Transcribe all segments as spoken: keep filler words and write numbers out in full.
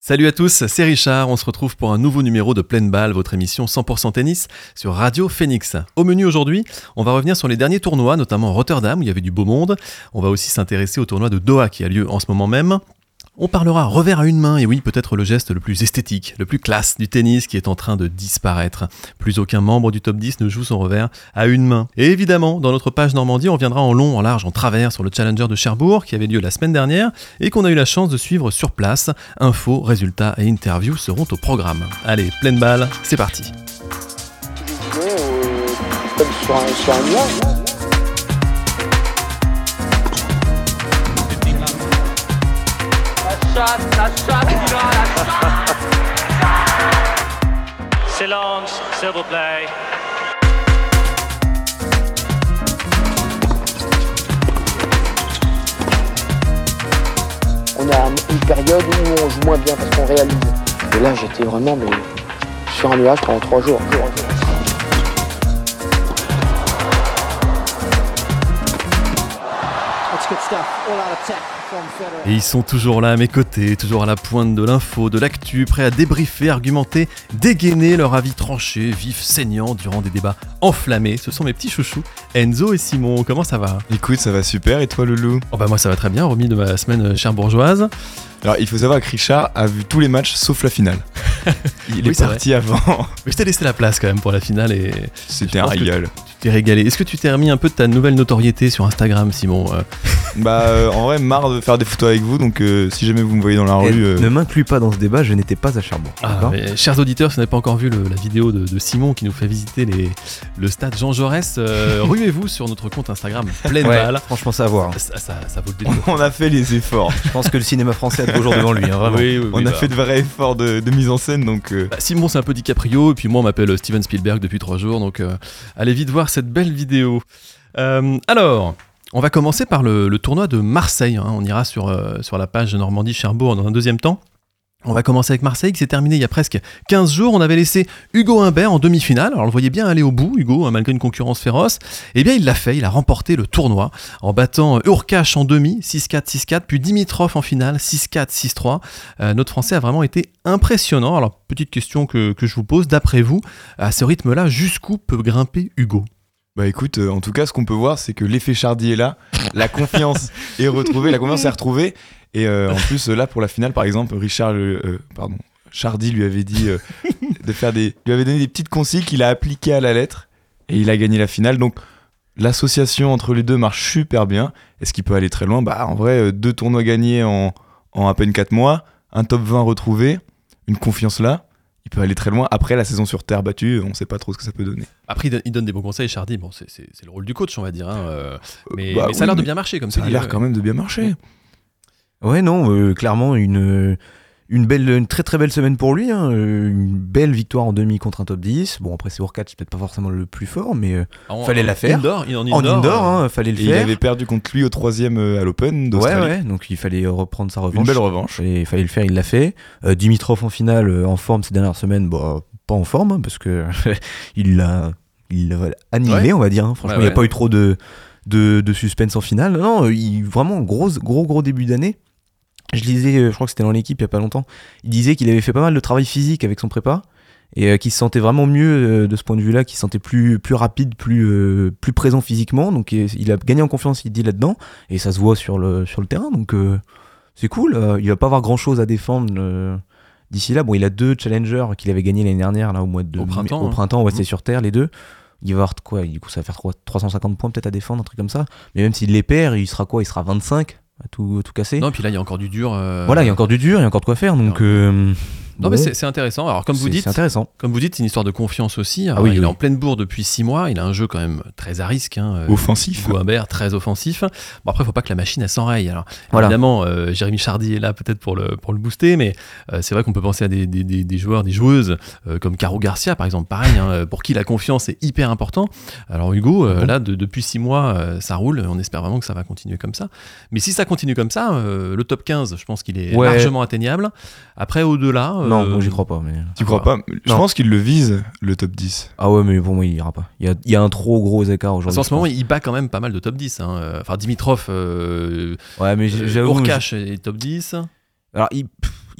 Salut à tous, c'est Richard, on se retrouve pour un nouveau numéro de Pleine Balle, votre émission cent pour cent tennis sur Radio Phoenix. Au menu aujourd'hui, on va revenir sur les derniers tournois, notamment Rotterdam où il y avait du beau monde. On va aussi s'intéresser au tournoi de Doha qui a lieu en ce moment même. On parlera revers à une main, et oui, peut-être le geste le plus esthétique, le plus classe du tennis qui est en train de disparaître. Plus aucun membre du top dix ne joue son revers à une main. Et évidemment, dans notre page Normandie, on viendra en long, en large, en travers sur le Challenger de Cherbourg qui avait lieu la semaine dernière et qu'on a eu la chance de suivre sur place. Infos, résultats et interviews seront au programme. Allez, pleine balle, c'est parti. Comme sur un, sur un nuage. La chasse, il a la chasse. Silence, s'il vous plaît. On a une période où on joue moins bien parce qu'on réalise. Et là, j'étais vraiment mais, sur un nuage pendant trois jours. jours, jours. Et ils sont toujours là à mes côtés, toujours à la pointe de l'info, de l'actu, prêts à débriefer, argumenter, dégainer leur avis tranché, vif, saignant durant des débats enflammés. Ce sont mes petits chouchous, Enzo et Simon. Comment ça va ? Écoute, ça va super, et toi Loulou ? Oh bah moi ça va très bien, remis de ma semaine cherbourgeoise. Alors il faut savoir que Richard a vu tous les matchs sauf la finale. Il oui, est parti avant. Mais je t'ai laissé la place quand même pour la finale et... C'était un régal. Tu t'es régalé. Est-ce que tu t'es remis un peu de ta nouvelle notoriété sur Instagram, Simon ? Bah euh, en vrai, marre de faire des photos avec vous, donc euh, si jamais vous me voyez dans la Et rue... Euh... Ne m'inclus pas dans ce débat, je n'étais pas à Cherbourg. Ah, mais, chers auditeurs, si vous n'avez pas encore vu le, la vidéo de, de Simon qui nous fait visiter les, le stade Jean Jaurès, euh, ruez-vous sur notre compte Instagram Pleine ouais, Balle. Franchement, ça à voir. Ça, ça, ça vaut le détour. On a fait les efforts. Je pense que le cinéma français a toujours devant lui, hein, vraiment. Oui, oui, oui, On bah. a fait de vrais efforts de, de mise en scène, donc... Euh... Bah, Simon, c'est un peu DiCaprio, et puis moi, on m'appelle Steven Spielberg depuis trois jours, donc euh, allez vite voir cette belle vidéo. Euh, alors... On va commencer par le, le tournoi de Marseille, hein. On ira sur, euh, sur la page Normandie-Cherbourg dans un deuxième temps. On va commencer avec Marseille qui s'est terminé il y a presque quinze jours. On avait laissé Hugo Humbert en demi-finale. Alors on le voyait bien aller au bout, Hugo, hein, malgré une concurrence féroce. Eh bien il l'a fait, il a remporté le tournoi en battant Hurkacz en demi, six quatre, six quatre, puis Dimitrov en finale, six quatre, six trois. Euh, notre Français a vraiment été impressionnant. Alors petite question que, que je vous pose, d'après vous, à ce rythme-là, jusqu'où peut grimper Hugo ? Bah écoute, euh, en tout cas, ce qu'on peut voir, c'est que l'effet Chardy est là, la confiance est retrouvée, la confiance est retrouvée, et euh, en plus, là, pour la finale, par exemple, Richard, euh, pardon, Chardy lui avait dit euh, de faire des, lui avait donné des petites consignes qu'il a appliquées à la lettre, et il a gagné la finale. Donc, l'association entre les deux marche super bien. Est-ce qu'il peut aller très loin ? Bah, en vrai, deux tournois gagnés en, en à peine quatre mois, un top vingt retrouvé, une confiance là. Il peut aller très loin. Après, la saison sur terre battue, on ne sait pas trop ce que ça peut donner. Après, il donne des bons conseils, Chardy. Bon, c'est, c'est, c'est le rôle du coach, on va dire. Hein. Euh, mais, bah, mais ça oui, a l'air de bien marcher, comme ça. Ça a l'air quand même de bien marcher. Ouais, non, euh, clairement, une, une, belle, une très très belle semaine pour lui. Hein. Une belle victoire en demi contre un top dix. Bon, après, c'est Hurkacz, peut-être pas forcément le plus fort, mais euh, en, fallait en, la faire. Indoor, en indoor, en indoor, euh, hein, fallait le et faire. il avait perdu contre lui au troisième euh, à l'Open d'Australie. Ouais, ouais, donc il fallait reprendre sa revanche. Une belle revanche. Il fallait le faire, il l'a fait. Euh, Dimitrov en finale, euh, en forme ces dernières semaines, bah, pas en forme, hein, parce que il l'a, il l'a annihilé, ouais. On va dire. Hein. Franchement, il ouais, n'y a ouais. pas eu trop de, de, de suspense en finale. Non, il, vraiment, gros, gros, gros début d'année. Je lisais, je crois que c'était dans l'équipe il y a pas longtemps, il disait qu'il avait fait pas mal de travail physique avec son prépa et euh, qu'il se sentait vraiment mieux euh, de ce point de vue-là, qu'il se sentait plus, plus rapide, plus, euh, plus présent physiquement. Donc il a gagné en confiance, il dit là-dedans, et ça se voit sur le, sur le terrain. Donc euh, c'est cool, euh, il va pas avoir grand-chose à défendre euh, d'ici là. Bon, il a deux challengers qu'il avait gagné l'année dernière, là, au mois de au printemps, mai, hein. au printemps, ouais, mmh. C'était sur terre les deux. Il va avoir quoi ? Du coup, ça va faire trois cent cinquante points peut-être à défendre, un truc comme ça. Mais même s'il les perd, il sera quoi ? Il sera vingt-cinq à tout, tout casser. Non, puis là, il y a encore du dur. Euh... Voilà, il y a encore du dur, il y a encore de quoi faire. Donc, euh, non, ouais. mais c'est, c'est intéressant. Alors, comme vous c'est, dites, c'est intéressant. Comme vous dites, c'est une histoire de confiance aussi. Alors, ah oui, il oui. est en pleine bourre depuis six mois. Il a un jeu quand même très à risque. Hein. Offensif. Hugo Humbert, très offensif. Bon, après, il ne faut pas que la machine elle s'enraye. Alors, voilà. Évidemment, euh, Jérémy Chardy est là peut-être pour le, pour le booster, mais euh, c'est vrai qu'on peut penser à des, des, des, des joueurs, des joueuses euh, comme Caro Garcia, par exemple, pareil, hein, pour qui la confiance est hyper important. Alors, Hugo, euh, là, de, depuis six mois, euh, ça roule. On espère vraiment que ça va continuer comme ça. Mais si ça continue comme ça, euh, le top quinze, je pense qu'il est ouais. largement atteignable. Après, au-delà. Euh, non, moi, j'y crois pas. Mais... Tu crois pas ? Je non. pense qu'il le vise, le top dix. Ah ouais, mais pour moi, il ira pas. Il y a, il y a un trop gros écart aujourd'hui. En ce moment, il bat quand même pas mal de top dix. Hein. Enfin, Dimitrov, euh, ouais, mais j'avoue, Hurkacz est top dix. Alors, il,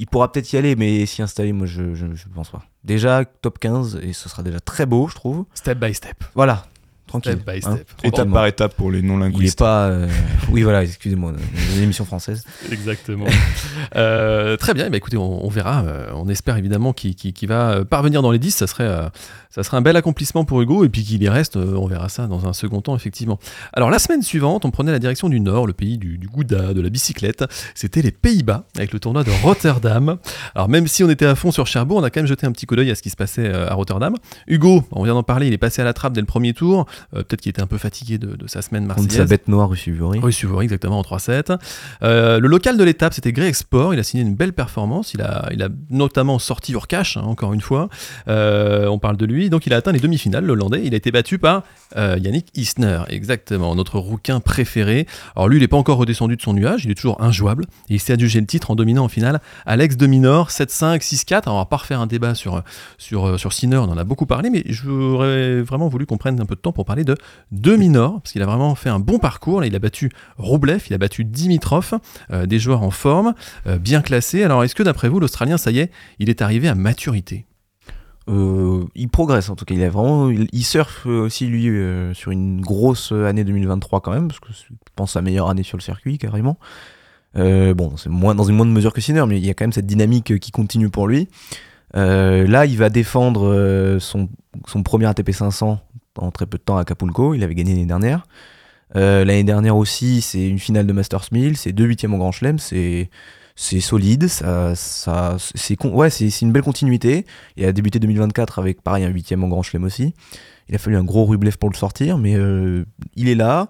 il pourra peut-être y aller, mais s'y installer, moi je, je, je pense pas. Déjà top quinze et ce sera déjà très beau, je trouve. Step by step. Voilà. Tranquille. Step by hein. step. Étape par étape pour les non-linguistes. Il est pas. Euh... oui, voilà, excusez-moi, une émission française. Exactement. euh, très bien, bah, écoutez, on, on verra. Euh, on espère évidemment qu'il, qu'il, qu'il va parvenir dans les dix. Ça serait, euh, ça serait un bel accomplissement pour Hugo. Et puis qu'il y reste, euh, on verra ça dans un second temps, effectivement. Alors, la semaine suivante, on prenait la direction du Nord, le pays du, du Gouda, de la bicyclette. C'était les Pays-Bas, avec le tournoi de Rotterdam. Alors, même si on était à fond sur Cherbourg, on a quand même jeté un petit coup d'œil à ce qui se passait euh, à Rotterdam. Hugo, on vient d'en parler, il est passé à la trappe dès le premier tour. Euh, peut-être qu'il était un peu fatigué de, de sa semaine marseillaise. Contre sa bête noire, Russuvori. Russuvori, exactement, en trois sept. Euh, le local de l'étape, c'était Grey Export. Il a signé une belle performance. Il a, il a notamment sorti Urkash, hein, encore une fois. Euh, on parle de lui. Donc, il a atteint les demi-finales, le Hollandais. Il a été battu par euh, Yannick Isner, exactement, notre rouquin préféré. Alors, lui, il n'est pas encore redescendu de son nuage. Il est toujours injouable. Et il s'est adjugé le titre en dominant en finale Alex de Minaur, sept cinq, six quatre. Alors, on va pas refaire un débat sur, sur, sur Sinner. On en a beaucoup parlé, mais j'aurais vraiment voulu qu'on prenne un peu de temps pour parler de de Minaur, parce qu'il a vraiment fait un bon parcours. Là, il a battu Roublev, il a battu Dimitrov, euh, des joueurs en forme, euh, bien classés. Alors, est-ce que d'après vous, l'Australien, ça y est, il est arrivé à maturité ? euh, Il progresse en tout cas. Il a vraiment, il, il surfe aussi lui euh, sur une grosse année deux mille vingt-trois quand même, parce que je pense sa meilleure année sur le circuit carrément. Euh, bon, c'est moins dans une moindre mesure que Sinner, mais il y a quand même cette dynamique qui continue pour lui. Euh, là, il va défendre euh, son, son premier A T P cinq cents en très peu de temps à Acapulco. Il avait gagné l'année dernière. Euh, l'année dernière aussi, c'est une finale de Masters mille, c'est deux huitièmes au Grand Chelem, c'est, c'est solide, ça, ça, c'est, con, ouais, c'est, c'est une belle continuité. Il a débuté deux mille vingt-quatre avec pareil un huitième au Grand Chelem aussi. Il a fallu un gros Rublev pour le sortir, mais euh, il est là.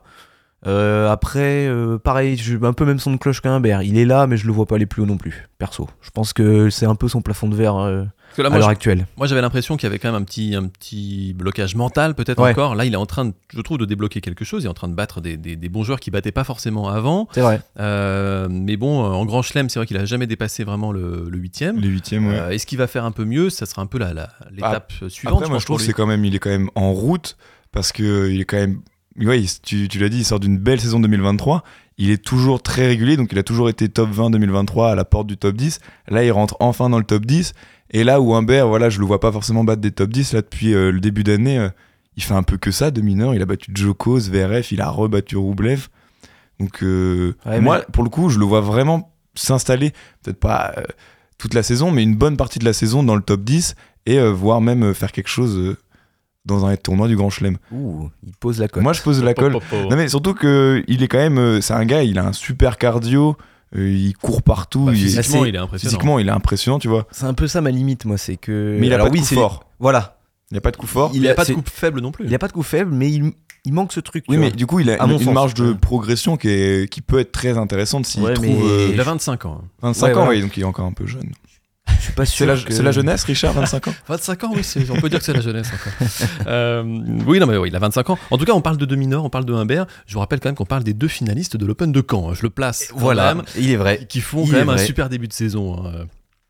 Euh, après, euh, pareil, je, un peu même son de cloche qu'un Humbert. Il est là, mais je le vois pas aller plus haut non plus, perso. Je pense que c'est un peu son plafond de verre euh, là, à moi, l'heure je, actuelle. Moi, j'avais l'impression qu'il y avait quand même un petit, un petit blocage mental, peut-être ouais. encore. Là, il est en train, de, je trouve, de débloquer quelque chose. Il est en train de battre des, des, des bons joueurs qui battaient pas forcément avant. C'est vrai. Euh, mais bon, en Grand Chelem, c'est vrai qu'il a jamais dépassé vraiment le, le huitième. Les huitièmes, ouais. Euh, est-ce qu'il va faire un peu mieux ? Ça sera un peu la, la, l'étape ah, suivante. Après, moi, je trouve que c'est quand même, il est quand même en route parce que il est quand même. Ouais, tu, tu l'as dit, il sort d'une belle saison deux mille vingt-trois. Il est toujours très régulier, donc il a toujours été top vingt deux mille vingt-trois à la porte du top dix. Là, il rentre enfin dans le top dix. Et là où Humbert, voilà, je le vois pas forcément battre des top dix. Là, depuis euh, le début d'année, euh, il fait un peu que ça, de mineur. Il a battu Djoko, Zverev, il a rebattu Roublev. Donc, euh, ouais, moi, mais... pour le coup, je le vois vraiment s'installer, peut-être pas euh, toute la saison, mais une bonne partie de la saison dans le top dix et euh, voire même euh, faire quelque chose. Euh, dans un tournoi du Grand Chelem. Ouh, il pose la colle. Moi, je pose la colle. Non, mais surtout que il est quand même, euh, c'est un gars, il a un super cardio, euh, il court partout. Bah, il physiquement, est, il est impressionnant. Physiquement, il est impressionnant, tu vois. C'est un peu ça ma limite, moi, c'est que. Mais il a Alors, pas de oui, coup c'est... fort. Voilà. Il a pas de coup fort. Il a, a pas c'est... de coup faible non plus. Il a pas de coup faible, mais il, il manque ce truc. Oui, mais vois. Du coup, il a une, une marge de ouais. progression qui est, qui peut être très intéressante s'il ouais, trouve. Mais... Euh... Il a vingt-cinq ans. vingt-cinq ouais, ans, voilà. oui, donc il est encore un peu jeune. Je suis pas sûr. C'est la, que... c'est la jeunesse, Richard, vingt-cinq ans. vingt-cinq ans, oui, c'est, on peut dire que c'est la jeunesse encore. euh, oui, non, mais oui, il a vingt-cinq ans. En tout cas, on parle de deux mineurs, on parle de Humbert. Je vous rappelle quand même qu'on parle des deux finalistes de l'Open de Caen. Je le place. Voilà, même, il est vrai. Qui font il quand même vrai. un super début de saison. Hein.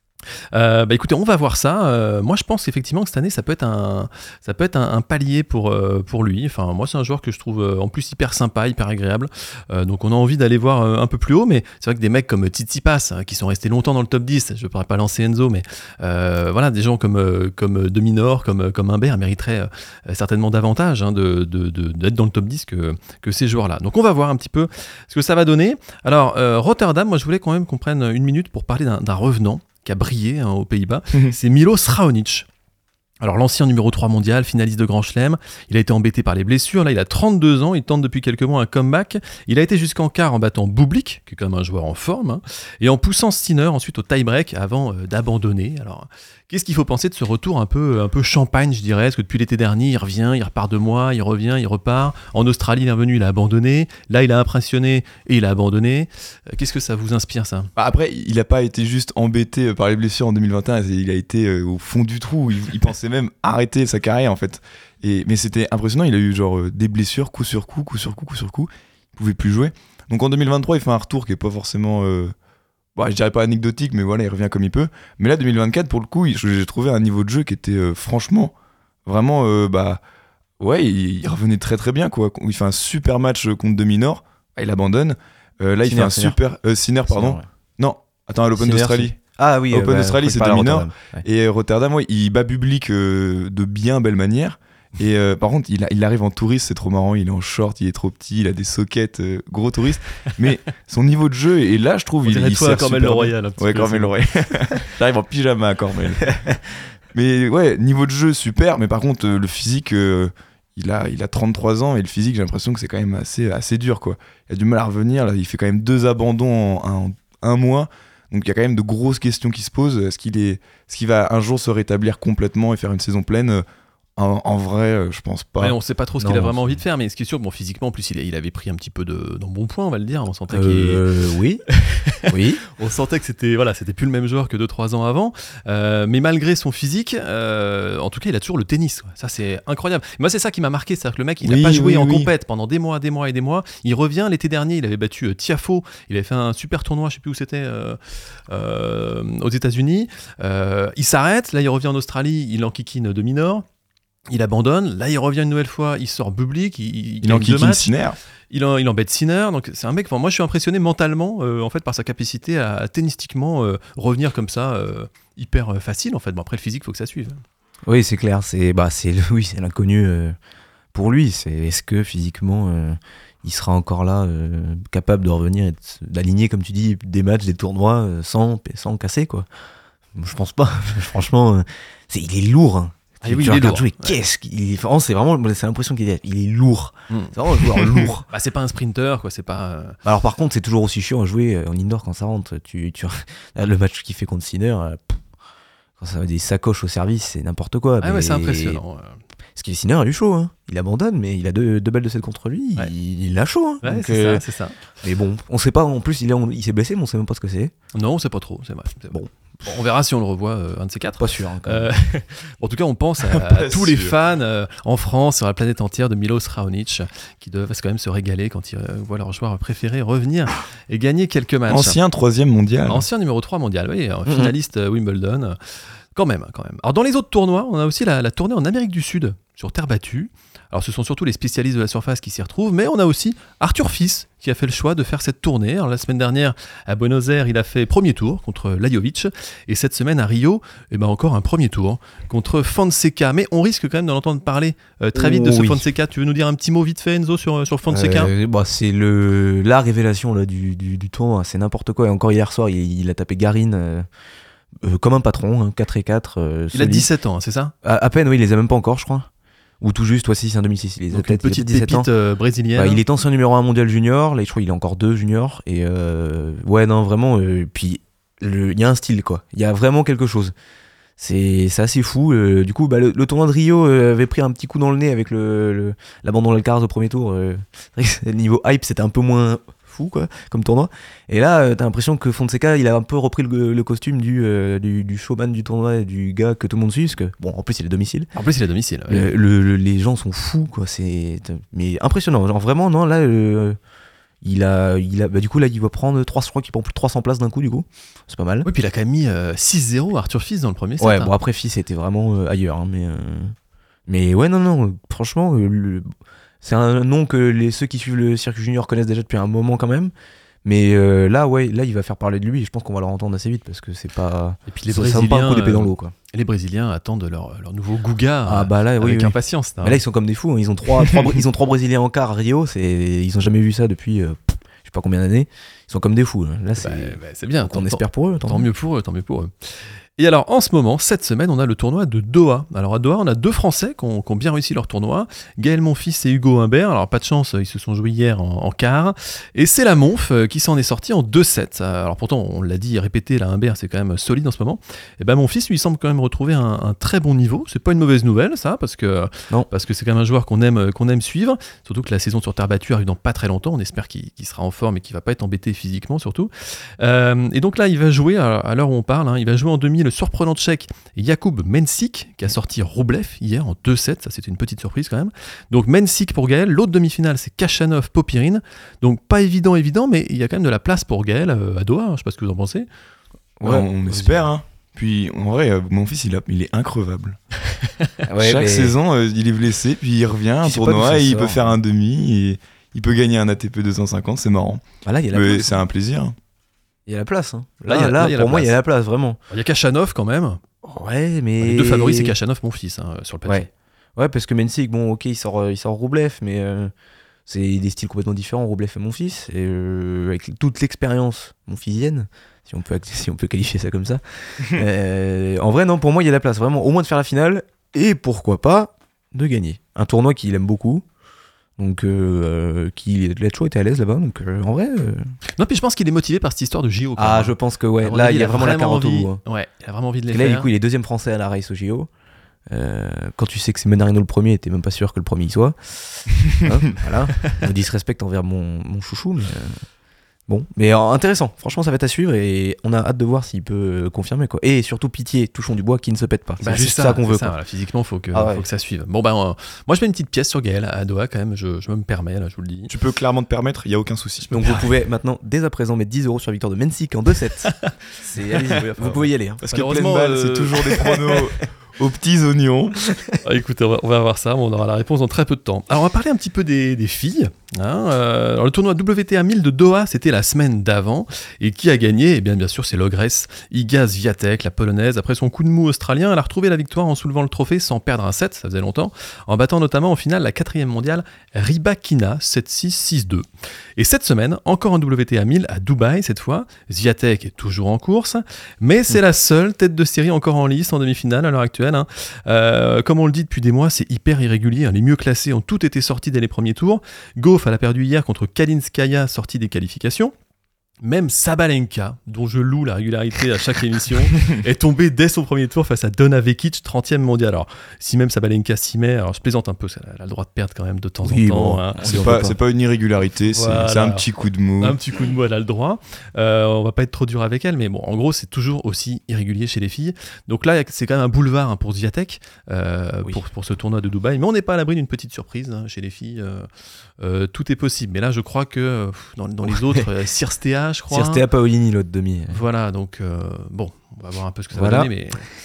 Euh, bah écoutez, on va voir ça. Euh, moi, je pense effectivement que cette année, ça peut être un, ça peut être un, un palier pour euh, pour lui. Enfin, moi, c'est un joueur que je trouve euh, en plus hyper sympa, hyper agréable. Euh, donc, on a envie d'aller voir euh, un peu plus haut. Mais c'est vrai que des mecs comme Tsitsipas, hein, qui sont restés longtemps dans le top dix, je ne pourrais pas lancer Enzo, mais euh, voilà, des gens comme euh, comme De Minaur, comme comme Humbert mériteraient euh, certainement davantage hein, de, de, de d'être dans le top dix que que ces joueurs-là. Donc, on va voir un petit peu ce que ça va donner. Alors, euh, Rotterdam, moi, je voulais quand même qu'on prenne une minute pour parler d'un, d'un revenant qui a brillé hein, aux Pays-Bas, mmh. c'est Milos Raonic. Alors l'ancien numéro trois mondial, finaliste de Grand Chelem, il a été embêté par les blessures, là il a trente-deux ans, il tente depuis quelques mois un comeback, il a été jusqu'en quart en battant Bublik, qui est quand même un joueur en forme, hein, et en poussant Sinner ensuite au tie-break avant euh, d'abandonner. Alors qu'est-ce qu'il faut penser de ce retour un peu, un peu champagne, je dirais, parce que depuis l'été dernier, il revient, il repart deux mois, il revient, il repart, en Australie il est revenu, il a abandonné, là il a impressionné et il a abandonné. Euh, qu'est-ce que ça vous inspire ça ? Après, il n'a pas été juste embêté par les blessures en deux mille vingt et un, il a été euh, au fond du trou, il, il pensait même arrêter sa carrière en fait. Et, mais c'était impressionnant, il a eu genre euh, des blessures coup sur coup, coup sur coup, coup sur coup, il pouvait plus jouer. Donc en deux mille vingt-trois, il fait un retour qui est pas forcément, euh, bon, je dirais pas anecdotique, mais voilà, il revient comme il peut. Mais là, deux mille vingt-quatre, pour le coup, il, j'ai trouvé un niveau de jeu qui était euh, franchement, vraiment, euh, bah, ouais, il, il revenait très très bien quoi. Il fait un super match contre De Minaur, il abandonne. Euh, là, il Sinner, fait un Sinner. super, euh, Sinner, pardon. Sinner, ouais. Non, attends, à l'Open Sinner, d'Australie. c'est... Ah oui, Open bah, d'Australie, je c'est crois que deux tu parles à mineurs. Rotterdam, ouais. Et Rotterdam, ouais, il bat public euh, de bien belle manière. Et euh, par contre, il, a, il arrive en touriste, c'est trop marrant. Il est en short, il est trop petit, il a des sockets, euh, gros touriste. Mais son niveau de jeu, et là, je trouve, On il, dirait il toi sert à Cormel super le bien. Royal. un petit Ouais, peu, Cormel c'est- le Royal. J'arrive en pyjama à Cormel. Mais ouais, niveau de jeu, super. Mais par contre, euh, le physique, euh, il, a, il a trente-trois ans. Et le physique, j'ai l'impression que c'est quand même assez, assez dur, quoi. Il a du mal à revenir. Là, il fait quand même deux abandons en, en un mois. Donc il y a quand même de grosses questions qui se posent. Est-ce qu'il est, est-ce qu'il va un jour se rétablir complètement et faire une saison pleine ? En, en vrai, euh, je pense pas. Ouais, on sait pas trop ce Non, qu'il a vraiment c'est- envie de faire, mais ce qui est sûr, bon, physiquement, en plus, il, il avait pris un petit peu de d'embonpoint, on va le dire. On sentait qu'il Euh, oui. oui. on sentait que c'était voilà, c'était plus le même joueur que deux trois ans avant. Euh, mais malgré son physique, euh, en tout cas, il a toujours le tennis. Quoi. Ça, c'est incroyable. Moi, c'est ça qui m'a marqué, c'est-à-dire que le mec, il Oui, a pas joué oui, en oui. compète pendant des mois, des mois et des mois. Il revient l'été dernier, il avait battu euh, Tiafoe. Il avait fait un super tournoi, je sais plus où c'était, euh, euh, aux États-Unis. Euh, il s'arrête. Là, il revient en Australie. Il enquiquine de minor. Il abandonne, là il revient une nouvelle fois, il sort public, il, il, Il en gagne deux kick matchs, Sinner. il, en, il embête Sinner, donc c'est un mec, enfin, moi je suis impressionné mentalement euh, en fait par sa capacité à, à tennistiquement euh, revenir comme ça, euh, hyper euh, facile en fait. Bon après le physique faut que ça suive. Oui, c'est clair. C'est bah, c'est le- oui, c'est l'inconnu euh, pour lui. C'est est-ce que physiquement euh, il sera encore là, euh, capable de revenir et de se- d'aligner, comme tu dis, des matchs, des tournois euh, sans sans casser quoi. Je pense pas. Franchement, euh, c'est il est lourd. Hein. Ah Tu- oui, tu il est regardes lourd. jouer, Ouais. qu'est-ce qu'il est. Vraiment, c'est vraiment, c'est l'impression qu'il est, il est lourd. Mm. C'est vraiment un joueur lourd. Bah c'est pas un sprinter quoi, c'est pas. euh, Alors par contre, c'est toujours aussi chiant à jouer euh, en indoor quand ça rentre. Tu, tu regardes le match qu'il fait contre Sinner, euh, pff, quand ça va des sacoches au service, c'est n'importe quoi. Ah ouais mais- c'est impressionnant. euh. Parce que Sinner a eu chaud, hein. Il abandonne, mais il a deux, deux balles de sept contre lui, Ouais. il, il a chaud. Hein. Ouais Donc, c'est euh, ça, c'est ça. Mais bon, on sait pas, en plus il, est- on- il s'est blessé, mais on sait même pas ce que c'est. Non on sait pas trop, c'est vrai. c'est Bon. Bon, on verra si on le revoit euh, un de ces quatre. Pas sûr. Hein, quand même. Euh, en tout cas, on pense à, à Pas tous les sûr. fans euh, en France, sur la planète entière, de Milos Raonic, qui doivent quand même se régaler quand ils euh, voient leur joueur préféré revenir et gagner quelques matchs. Ancien troisième mondial. Ancien numéro trois mondial, oui, un finaliste euh, Wimbledon. euh, Quand même, quand même. Alors dans les autres tournois, on a aussi la, la tournée en Amérique du Sud, sur terre battue. Alors ce sont surtout les spécialistes de la surface qui s'y retrouvent, mais on a aussi Arthur Fils qui a fait le choix de faire cette tournée. Alors la semaine dernière, à Buenos Aires, il a fait premier tour contre Lajovic, et cette semaine à Rio, eh ben encore un premier tour contre Fonseca. Mais on risque quand même d'en entendre parler euh, très vite de ce Oui. Fonseca. Tu veux nous dire un petit mot vite fait, Enzo, sur, sur Fonseca Euh, bah, c'est le la révélation là, du, du, du tournoi, c'est n'importe quoi. Et encore hier soir, il, il a tapé Garin euh, euh, comme un patron, hein, quatre et quatre. euh, Il a solide. dix-sept ans, hein, c'est ça? À, à peine, oui, il les a même pas encore, je crois. Ou tout juste, toi, si, c'est en deux mille six. Il les a Donc une peut-être, il a petite dix-sept ans. pépite euh, brésilienne. Bah, il est ancien numéro un mondial junior, là je crois qu'il est encore deux juniors, et euh, ouais non vraiment, euh, puis le- il y a un style quoi, il y a vraiment quelque chose, c'est c'est assez fou, euh, du coup bah, le, le tournoi de Rio euh, avait pris un petit coup dans le nez avec le, le, l'abandon d'Alcaraz au premier tour, euh, c'est vrai que le niveau hype c'était un peu moins fou quoi comme tournoi, et là euh, t'as l'impression que Fonseca il a un peu repris le, le costume du, euh, du, du showman du tournoi et du gars que tout le monde suit, parce que bon en plus il est à domicile. En plus, il est à domicile. ouais. Le- le- le- les gens sont fous quoi, c'est mais impressionnant, genre vraiment non là euh, il a il a bah, du coup là il va prendre trois, je crois qu'il prend plus de trois cents places d'un coup, du coup c'est pas mal. Oui, puis il a quand même mis euh, six zéro Arthur Fils dans le premier set. Ouais hein. bon après Fils c'était vraiment euh, ailleurs hein, mais euh, mais ouais non non euh, franchement euh, le- c'est un nom que les ceux qui suivent le circuit junior connaissent déjà depuis un moment quand même, mais euh, là ouais là il va faire parler de lui, et je pense qu'on va le entendre assez vite parce que c'est pas Et puis les ça, ça vaut Brésiliens, pas un coup d'épée dans euh, l'eau quoi. les Brésiliens attendent leur, leur nouveau Guga Ah euh, bah là oui, avec oui. impatience. hein. Mais là, ils sont comme des fous. Hein. Ils ont trois, trois, Br- ils ont trois Brésiliens en quart à Rio. C'est, ils ont jamais vu ça depuis, euh, pff, je sais pas combien d'années. Ils sont comme des fous. Là, là c'est, Bah, bah, c'est bien. on tant- espère pour eux. Tant mieux pour eux, tant mieux pour eux. Et alors, en ce moment, cette semaine, on a le tournoi de Doha. Alors, à Doha, on a deux Français qui ont, qui ont bien réussi leur tournoi. Gaël Monfils et Hugo Humbert. Alors, pas de chance, ils se sont joués hier en, en quart. Et c'est la Monf euh, qui s'en est sorti en deux sept. Alors, pourtant, on l'a dit, répété, la Humbert, c'est quand même solide en ce moment. Et ben, Monfils, lui, semble quand même retrouver un, un très bon niveau. C'est pas une mauvaise nouvelle, ça, parce que, Non. parce que c'est quand même un joueur qu'on aime, qu'on aime suivre. Surtout que la saison sur terre battue arrive dans pas très longtemps. On espère qu'il, qu'il sera en forme et qu'il va pas être embêté physiquement, surtout. Euh, et donc là, il va jouer, à, à l'heure où on parle, hein, il va jouer en demi le surprenant tchèque Jakub Mensik, qui a sorti Rublev hier en deux sept. Ça, c'était une petite surprise quand même. Donc Mensik pour Gaël. L'autre demi-finale, c'est Kachanov Popirine. Donc pas évident, évident, mais il y a quand même de la place pour Gaël euh, à Doha. Je sais pas ce que vous en pensez. Ouais, Ouais, on espère. Hein. Puis en vrai, euh, mon fils, il, a, il est increvable. Ouais, Chaque mais- saison, euh, il est blessé, puis il revient à un Je sais pas d'où tournoi ça et il sort. peut faire un demi et il peut gagner un A T P deux cent cinquante, c'est marrant. Bah là, il y a la Mais place. c'est un plaisir. Il y a la place. Hein. Là, Là, il y a- là, là, il y a la pour moi, il y a place. la place, vraiment. Il y a Kachanov quand même. Ouais, mais. Les deux favoris, c'est Kachanov, mon fils, hein, sur le papier. Ouais. Ouais, parce que Mensik, bon, ok, il sort, il sort Roublev, mais euh, c'est des styles complètement différents, Roublev et mon fils. Et euh, avec toute l'expérience monfisienne, si on peut, si on peut qualifier ça comme ça. euh, en vrai, non, pour moi, il y a la place, vraiment, au moins de faire la finale, et pourquoi pas de gagner. Un tournoi qu'il aime beaucoup. Donc, euh, qui a toujours été à l'aise là-bas. Donc, euh, en vrai. Euh... Non, puis je pense qu'il est motivé par cette histoire de J O. Ah, je pense que, ouais. À mon Là, avis, il y a vraiment la carotte au envie. bout. Hein. Ouais, il a vraiment envie de les Là, faire. du coup, il est deuxième français à la race au J O. Euh, quand tu sais que c'est Menarino le premier, t'es même pas sûr que le premier y soit. Hein, voilà. On disrespecte envers mon, mon chouchou, mais. Euh... Bon, mais euh, intéressant. Franchement, ça va être à suivre et on a hâte de voir s'il peut euh, confirmer quoi. Et surtout pitié, touchons du bois qui ne se pète pas. C'est Bah, juste c'est ça, qu'on veut. ça, Quoi. voilà, physiquement, faut que, Ah ouais. faut que ça suive. Bon, ben, euh, moi, je mets une petite pièce sur Gaël à Doha quand même. Je, je me permets, là, je vous le dis. Tu peux clairement te permettre, il y a aucun souci. Donc vous pouvez maintenant, dès à présent, mettre dix euros sur la victoire de Mensik en deux sept. C'est, allez-y, vous pouvez y aller. Hein. Parce que pleine Malheureusement, balle, euh, c'est toujours des pronos aux petits oignons. Ah, écoutez, on va, on va voir ça, on aura la réponse dans très peu de temps. Alors, on va parler un petit peu des, des filles. Hein. Euh, alors, le tournoi W T A mille de Doha, c'était la semaine d'avant. Et qui a gagné ? Eh bien, bien sûr, c'est l'ogresse Iga Swiatek, la polonaise. Après son coup de mou australien, elle a retrouvé la victoire en soulevant le trophée sans perdre un set, ça faisait longtemps, en battant notamment en finale la quatrième mondiale Rybakina sept six six deux. Et cette semaine, encore un W T A mille à Dubaï cette fois. Swiatek est toujours en course, mais c'est la seule tête de série encore en lice en demi-finale à l'heure actuelle. Hein. Euh, comme on le dit depuis des mois, c'est hyper irrégulier. Hein. Les mieux classés ont tous été sortis dès les premiers tours. Gauff, elle a perdu hier contre Kalinskaya, sortie des qualifications. Même Sabalenka, dont je loue la régularité à chaque émission, est tombée dès son premier tour face à Donna Vekic, trentième mondial. Alors, si même Sabalenka s'y met, alors je plaisante un peu, elle a le droit de perdre quand même de temps Oui, en temps. bon, Hein. C'est pas, c'est pas une irrégularité, c'est, Voilà. c'est un petit coup de mou. Un petit coup de mou, elle a le droit. Euh, on va pas être trop dur avec elle, mais bon, en gros, c'est toujours aussi irrégulier chez les filles. Donc là, c'est quand même un boulevard hein, pour Swiatek, euh, Oui. pour, pour ce tournoi de Dubaï. Mais on n'est pas à l'abri d'une petite surprise hein, chez les filles. Euh, euh, tout est possible. Mais là, je crois que pff, dans, dans les autres, euh, Cirstea, je crois. Cirstea Paolini, l'autre demi. Voilà, donc euh, bon, on va voir un peu ce que ça Voilà. va donner, mais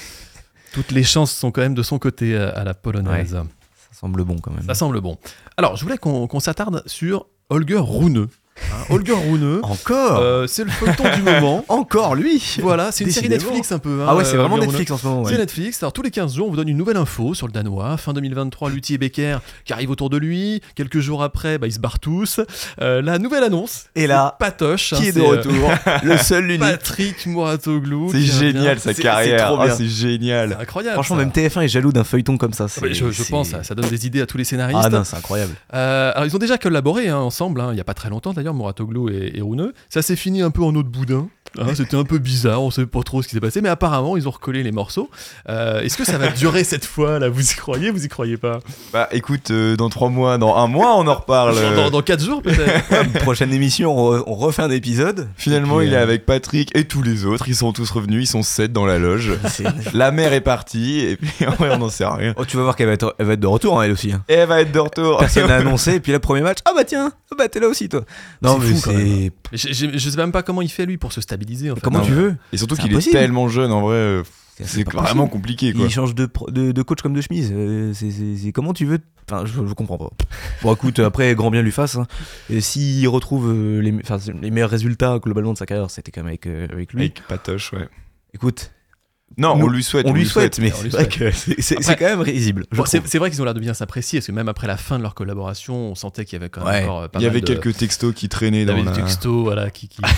toutes les chances sont quand même de son côté euh, à la polonaise. Ça semble bon quand même. Ça semble bon. Alors, je voulais qu'on, qu'on s'attarde sur Holger Rune. Hein, Holger Rune, Encore euh, c'est le feuilleton du moment. Encore lui Voilà, c'est une série Décidément. Netflix un peu. Hein, Ah ouais, c'est euh, vraiment Holger Netflix en ce moment. Rune. Ouais. C'est Netflix. Alors, tous les quinze jours, on vous donne une nouvelle info sur le Danois. Fin deux mille vingt-trois, Lutti et Becker qui arrivent autour de lui. Quelques jours après, bah, ils se barrent tous. Euh, la nouvelle annonce. Et là, c'est Patoche. hein, qui est de c'est, euh, retour Le seul, l'unique. Patrick Mouratoglou. C'est qui revient. génial sa C'est- carrière. c'est trop Ah, bien. c'est C'est génial. incroyable. Franchement, ça. même T F un est jaloux d'un feuilleton comme ça. Ah bah, c'est- je, je c'est- pense, ça, ça donne des idées à tous les scénaristes. Ah non, c'est incroyable. Euh, alors, ils ont déjà collaboré hein, ensemble, hein, il n'y a pas très longtemps d'ailleurs, Mouratoglou et, et Rune. Ça s'est fini un peu en eau de boudin. Hein, c'était un peu bizarre, on ne savait pas trop ce qui s'est passé, mais apparemment, ils ont recollé les morceaux. Euh, est-ce que ça va durer cette fois là? Vous y croyez? Vous y croyez pas? Bah écoute, euh, dans trois mois, dans un mois, on en reparle. Dans, euh. dans, dans quatre jours peut-être? Prochaine émission, on, re- on refait un épisode. Finalement, Et puis, il est euh, avec Patrick et tous les autres. Ils sont tous revenus, ils sont sept dans la loge. c'est- La mère est partie, et puis en vrai, on n'en sait rien. Oh, tu vas voir qu'elle va être, elle va être de retour, hein, elle aussi. hein. Et elle va être de retour. Personne n'a annoncé, et puis le premier match, ah bah tiens, ah bah t'es là aussi toi. Non, C'est mais fou, quand c'est. je, je, je sais même pas comment il fait lui pour se stabiliser. En fait. Comment Non, tu mais- veux Et surtout C'est qu'il est impossible. tellement jeune, en vrai. euh, C'est pas vraiment possible. compliqué, quoi. Il change de, pro- de, de coach comme de chemise. euh, c'est, c'est- c'est- comment tu veux. Enfin, je, je comprends pas. Bon, écoute, après, grand bien lui fasse. Hein. Et s'il retrouve euh, les, enfin, les meilleurs résultats globalement de sa carrière, c'était quand même avec, euh, avec lui. Avec Patoche, ouais. Écoute, Non, Nous, on lui souhaite. on lui souhaite, mais on lui c'est vrai souhaite. que c'est, c'est- Après- c'est quand même risible. je Bon, c'est, trouve. c'est vrai qu'ils ont l'air de bien s'apprécier, parce que même après la fin de leur collaboration, on sentait qu'il y avait quand même Ouais. encore euh, pas Il y mal avait de... quelques textos qui traînaient il y dans avait la... des textos, voilà, qui, qui...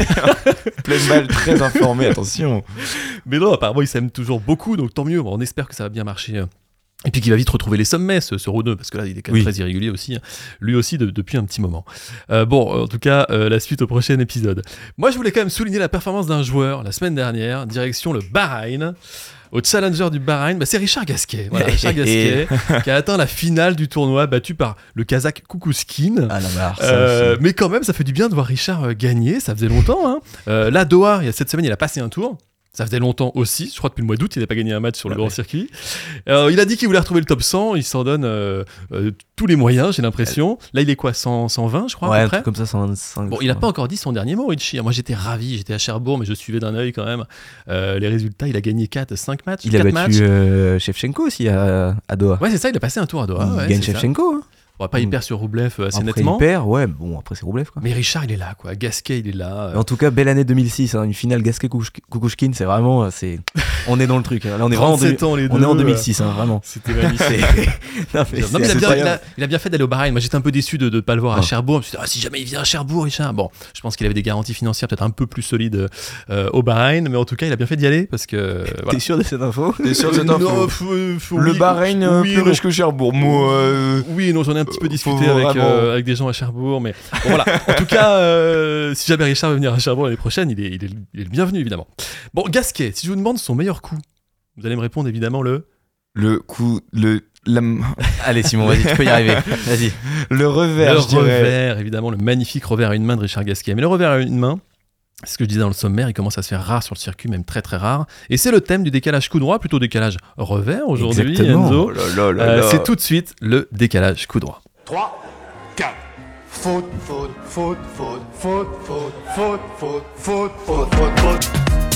pleine balle, très informé, attention. Mais non, apparemment, ils s'aiment toujours beaucoup, donc tant mieux. Bon, on espère que ça va bien marcher. euh. Et puis qu'il va vite retrouver les sommets, ce, ce Rune, parce que là, il est quand même Oui. très irrégulier aussi, hein. Lui aussi, de- depuis un petit moment. Euh, bon, en tout cas, euh, la suite au prochain épisode. Moi, je voulais quand même souligner la performance d'un joueur, la semaine dernière, direction le Bahreïn. Au Challenger du Bahreïn, bah, c'est Richard Gasquet. Voilà, Richard Gasquet, qui a atteint la finale du tournoi, battu par le Kazakh Kukushkin. Ah non, mais alors, ça, Euh, c'est- mais quand même, ça fait du bien de voir Richard euh, gagner, ça faisait longtemps. Hein. Euh, là, Doha, il y a cette semaine, il a passé un tour. Ça faisait longtemps aussi, je crois depuis le mois d'août, il n'a pas gagné un match sur le Ah grand ouais. circuit. Euh, il a dit qu'il voulait retrouver le top cent, il s'en donne euh, euh, tous les moyens, j'ai l'impression. Là, il est quoi, cent, cent vingt, je crois, ouais, à un peu près. truc comme ça, cent vingt-cinq. Bon, il n'a pas encore dit son dernier mot, Richie. Moi, j'étais ravi, j'étais à Cherbourg, mais je suivais d'un œil quand même euh, les résultats. Il a gagné quatre, cinq matchs, Il a quatre battu matchs. euh, Shevchenko aussi à, à Doha. Ouais, c'est ça, il a passé un tour à Doha. il ouais, gagne c'est ça. Shevchenko. Hein. Bon, pas Mm. hyper sur Roublev euh, assez Après, nettement. il perd, ouais, bon, après, c'est Roublev, quoi. Mais Richard, il est là, quoi. Gasquet, il est là. euh, En tout cas, belle année deux mille six, hein, une finale Gasquet-Kukushkin, c'est vraiment, euh, c'est, on est dans le truc. hein. Là, on est vraiment en, trente-sept deux- ans, les on deux, est en euh, deux mille six, hein, vraiment. C'était magnifique. C'est- non, mais Non, c'est- mais il, a c'est bien, incroyable. il, a, il a bien fait d'aller au Bahreïn. Moi, j'étais un peu déçu de ne pas le voir à Non. Cherbourg. Je me suis dit, ah, si jamais il vient à Cherbourg, Richard. Bon, je pense qu'il avait des garanties financières peut-être un peu plus solides euh, au Bahreïn, mais en tout cas, il a bien fait d'y aller parce que. euh, voilà. T'es sûr de cette info? T'es sûr de cette Non, info faut- faut- Le oui, Bahreïn, euh, oui, plus non. riche que Cherbourg. Moi, euh, Oui, non, j'en ai un petit peu Faut discuté avec, vraiment- euh, avec des gens à Cherbourg, mais bon, voilà. En tout cas, euh, si jamais Richard veut venir à Cherbourg l'année prochaine, il est, il, est, il est le bienvenu, évidemment. Bon, Gasquet, si je vous demande son meilleur coup, vous allez me répondre évidemment le. le coup, le, la- Allez, Simon, vas-y, tu peux y arriver. Vas-y. le revers, le je dirais. revers, évidemment, le magnifique revers à une main de Richard Gasquet. Mais le revers à une main, c'est ce que je disais dans le sommaire, il commence à se faire rare sur le circuit, même très très rare. Et c'est le thème du décalage coup droit, plutôt décalage revers aujourd'hui, Exactement. Enzo. Oh là là là Euh, là. c'est tout de suite le décalage coup droit. trois, quatre. Faute, faute, faute, faute, faute, faute, faute, faute, faute, faute, faute, faute.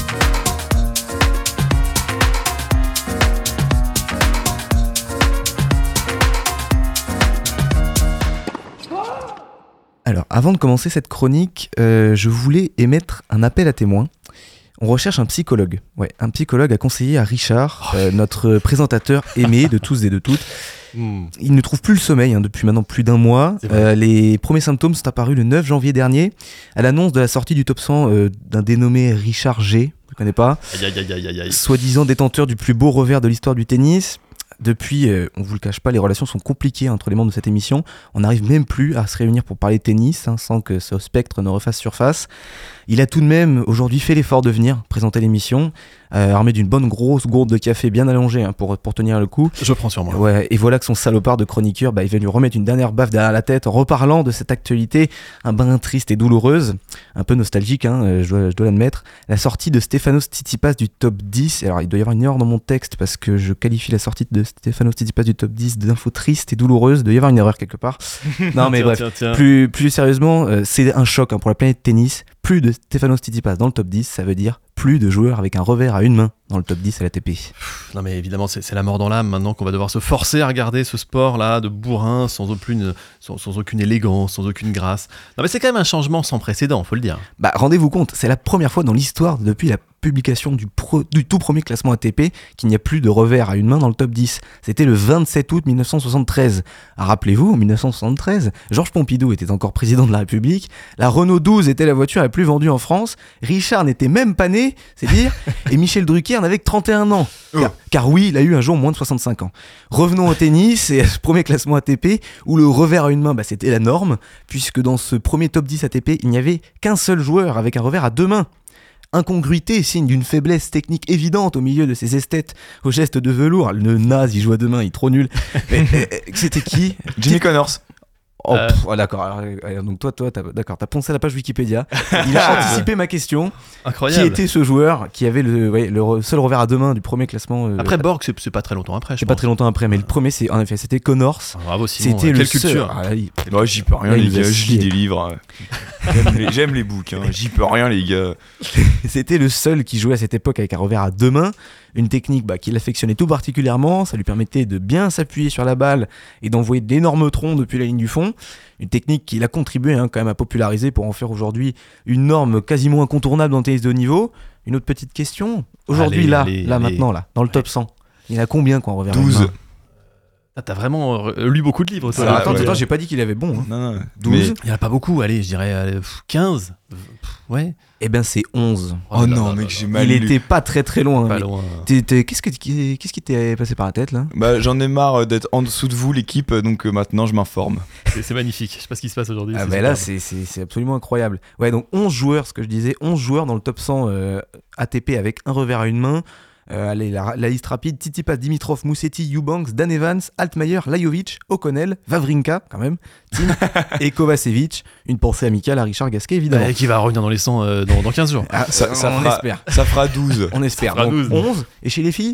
Alors, avant de commencer cette chronique, euh, je voulais émettre un appel à témoins. On recherche un psychologue. Ouais, un psychologue à conseiller à Richard, euh, notre présentateur aimé de tous et de toutes. Hmm. Il ne trouve plus le sommeil hein, depuis maintenant plus d'un mois. C'est vrai. Euh, les premiers symptômes sont apparus le neuf janvier dernier, à l'annonce de la sortie du top cent euh, d'un dénommé Richard G. Je ne connais pas. Aïe aïe aïe aïe aïe aïe. Soi-disant détenteur du plus beau revers de l'histoire du tennis. Depuis, euh, on vous le cache pas, les relations sont compliquées entre les membres de cette émission. On n'arrive même plus à se réunir pour parler tennis hein, sans que ce spectre ne refasse surface. Il a tout de même aujourd'hui fait l'effort de venir présenter l'émission, euh, armé d'une bonne grosse gourde de café bien allongée hein, pour, pour tenir le coup. Je prends sur moi. Ouais, et voilà que son salopard de chroniqueur, bah, il va lui remettre une dernière baffe derrière la tête en reparlant de cette actualité un brin triste et douloureuse, un peu nostalgique, hein, euh, je dois, je dois l'admettre. La sortie de Stefanos Tsitsipas du top dix, alors il doit y avoir une erreur dans mon texte parce que je qualifie la sortie de Stefanos Tsitsipas du top dix d'infos tristes et douloureuses, il doit y avoir une erreur quelque part. Non mais Tiens, bref, tiens, tiens. plus, plus sérieusement, euh, c'est un choc hein, pour la planète tennis. Plus de Stefanos Tsitsipas dans le top dix, ça veut dire plus de joueurs avec un revers à une main dans le top dix à l'A T P. Non mais évidemment c'est, c'est la mort dans l'âme maintenant qu'on va devoir se forcer à regarder ce sport là de bourrin sans aucune, sans, sans aucune élégance, sans aucune grâce. Non mais c'est quand même un changement sans précédent, faut le dire. Bah, rendez-vous compte, c'est la première fois dans l'histoire, depuis la publication du, pro- du tout premier classement A T P, qu'il n'y a plus de revers à une main dans le top dix. C'était le vingt-sept août dix-neuf cent soixante-treize. Ah, rappelez-vous, en dix-neuf cent soixante-treize, Georges Pompidou était encore président de la République, la Renault douze était la voiture la plus vendue en France, Richard n'était même pas né, c'est dire, et Michel Drucker n'avait que trente et un ans. Car, car oui, il a eu un jour moins de soixante-cinq ans. Revenons au tennis et à ce premier classement A T P, où le revers à une main, bah, c'était la norme, puisque dans ce premier top dix A T P, il n'y avait qu'un seul joueur avec un revers à deux mains. Incongruité, signe d'une faiblesse technique évidente au milieu de ces esthètes au geste de velours. Le naze, il joue à deux mains, il est trop nul. Mais, euh, c'était qui? Jimmy Connors. Oh, Euh. pff, ah, d'accord. Alors, euh, donc toi, toi, t'as, d'accord, t'as poncé la page Wikipédia. Il a anticipé ma question. Qui Incroyable. était ce joueur qui avait le, ouais, le re- seul revers à deux mains du premier classement euh, Après Borg c'est, c'est pas très longtemps après je c'est pas pense. très longtemps après, mais le premier, c'est en effet, c'était Connors. Ah, bravo Simon, C'était euh, le quelle seul. culture. Ah, il- Moi, j'y peux rien, Là, les il nous a gars. Je scié. lis des livres. J'aime les, j'aime les bouquins. J'y peux rien, les gars. C'était le seul qui jouait à cette époque avec un revers à deux mains, une technique bah, qu'il affectionnait tout particulièrement, ça lui permettait de bien s'appuyer sur la balle et d'envoyer d'énormes troncs depuis la ligne du fond, une technique qu'il a contribué hein, quand même à populariser pour en faire aujourd'hui une norme quasiment incontournable dans le tennis de haut niveau. Une autre petite question, aujourd'hui Allez, là, allez, là allez. maintenant, là, dans le top cent, il y en a combien quoi en revers à une douze. main Ah, t'as vraiment euh, lu beaucoup de livres toi. Ça, Alors, là. Attends, ouais. attends, j'ai pas dit qu'il avait bon. Hein. Non, non. douze. Il y en a pas beaucoup, allez je dirais allez, pff, quinze. Pff, Ouais. Eh ben c'est onze. Oh là non, là mec, là j'ai là. mal Il lu. était pas très très loin. Pas mais loin. t'es- t'es- Qu'est-ce que- qu'est-ce qui t'est passé par la tête là? Bah, j'en ai marre d'être en dessous de vous, l'équipe, donc euh, maintenant je m'informe. C'est, c'est magnifique. Je sais pas ce qui se passe aujourd'hui. Ah c'est bah là superbe. c'est, c'est, c'est absolument incroyable. Ouais donc onze joueurs, ce que je disais, onze joueurs dans le top cent euh, A T P avec un revers à une main. Euh, allez, la, la liste rapide: Tsitsipas, Dimitrov, Musetti, Eubanks, Dan Evans, Altmaier, Lajovic, O'Connell, Wawrinka quand même, Thiem et Kovacevic. Une pensée amicale à Richard Gasquet évidemment. Ouais, qui va revenir dans les cent euh, dans, dans quinze jours. Ah, Ça, ça on fera, espère. ça fera douze. On espère. fera Donc, douze. onze. Et chez les filles?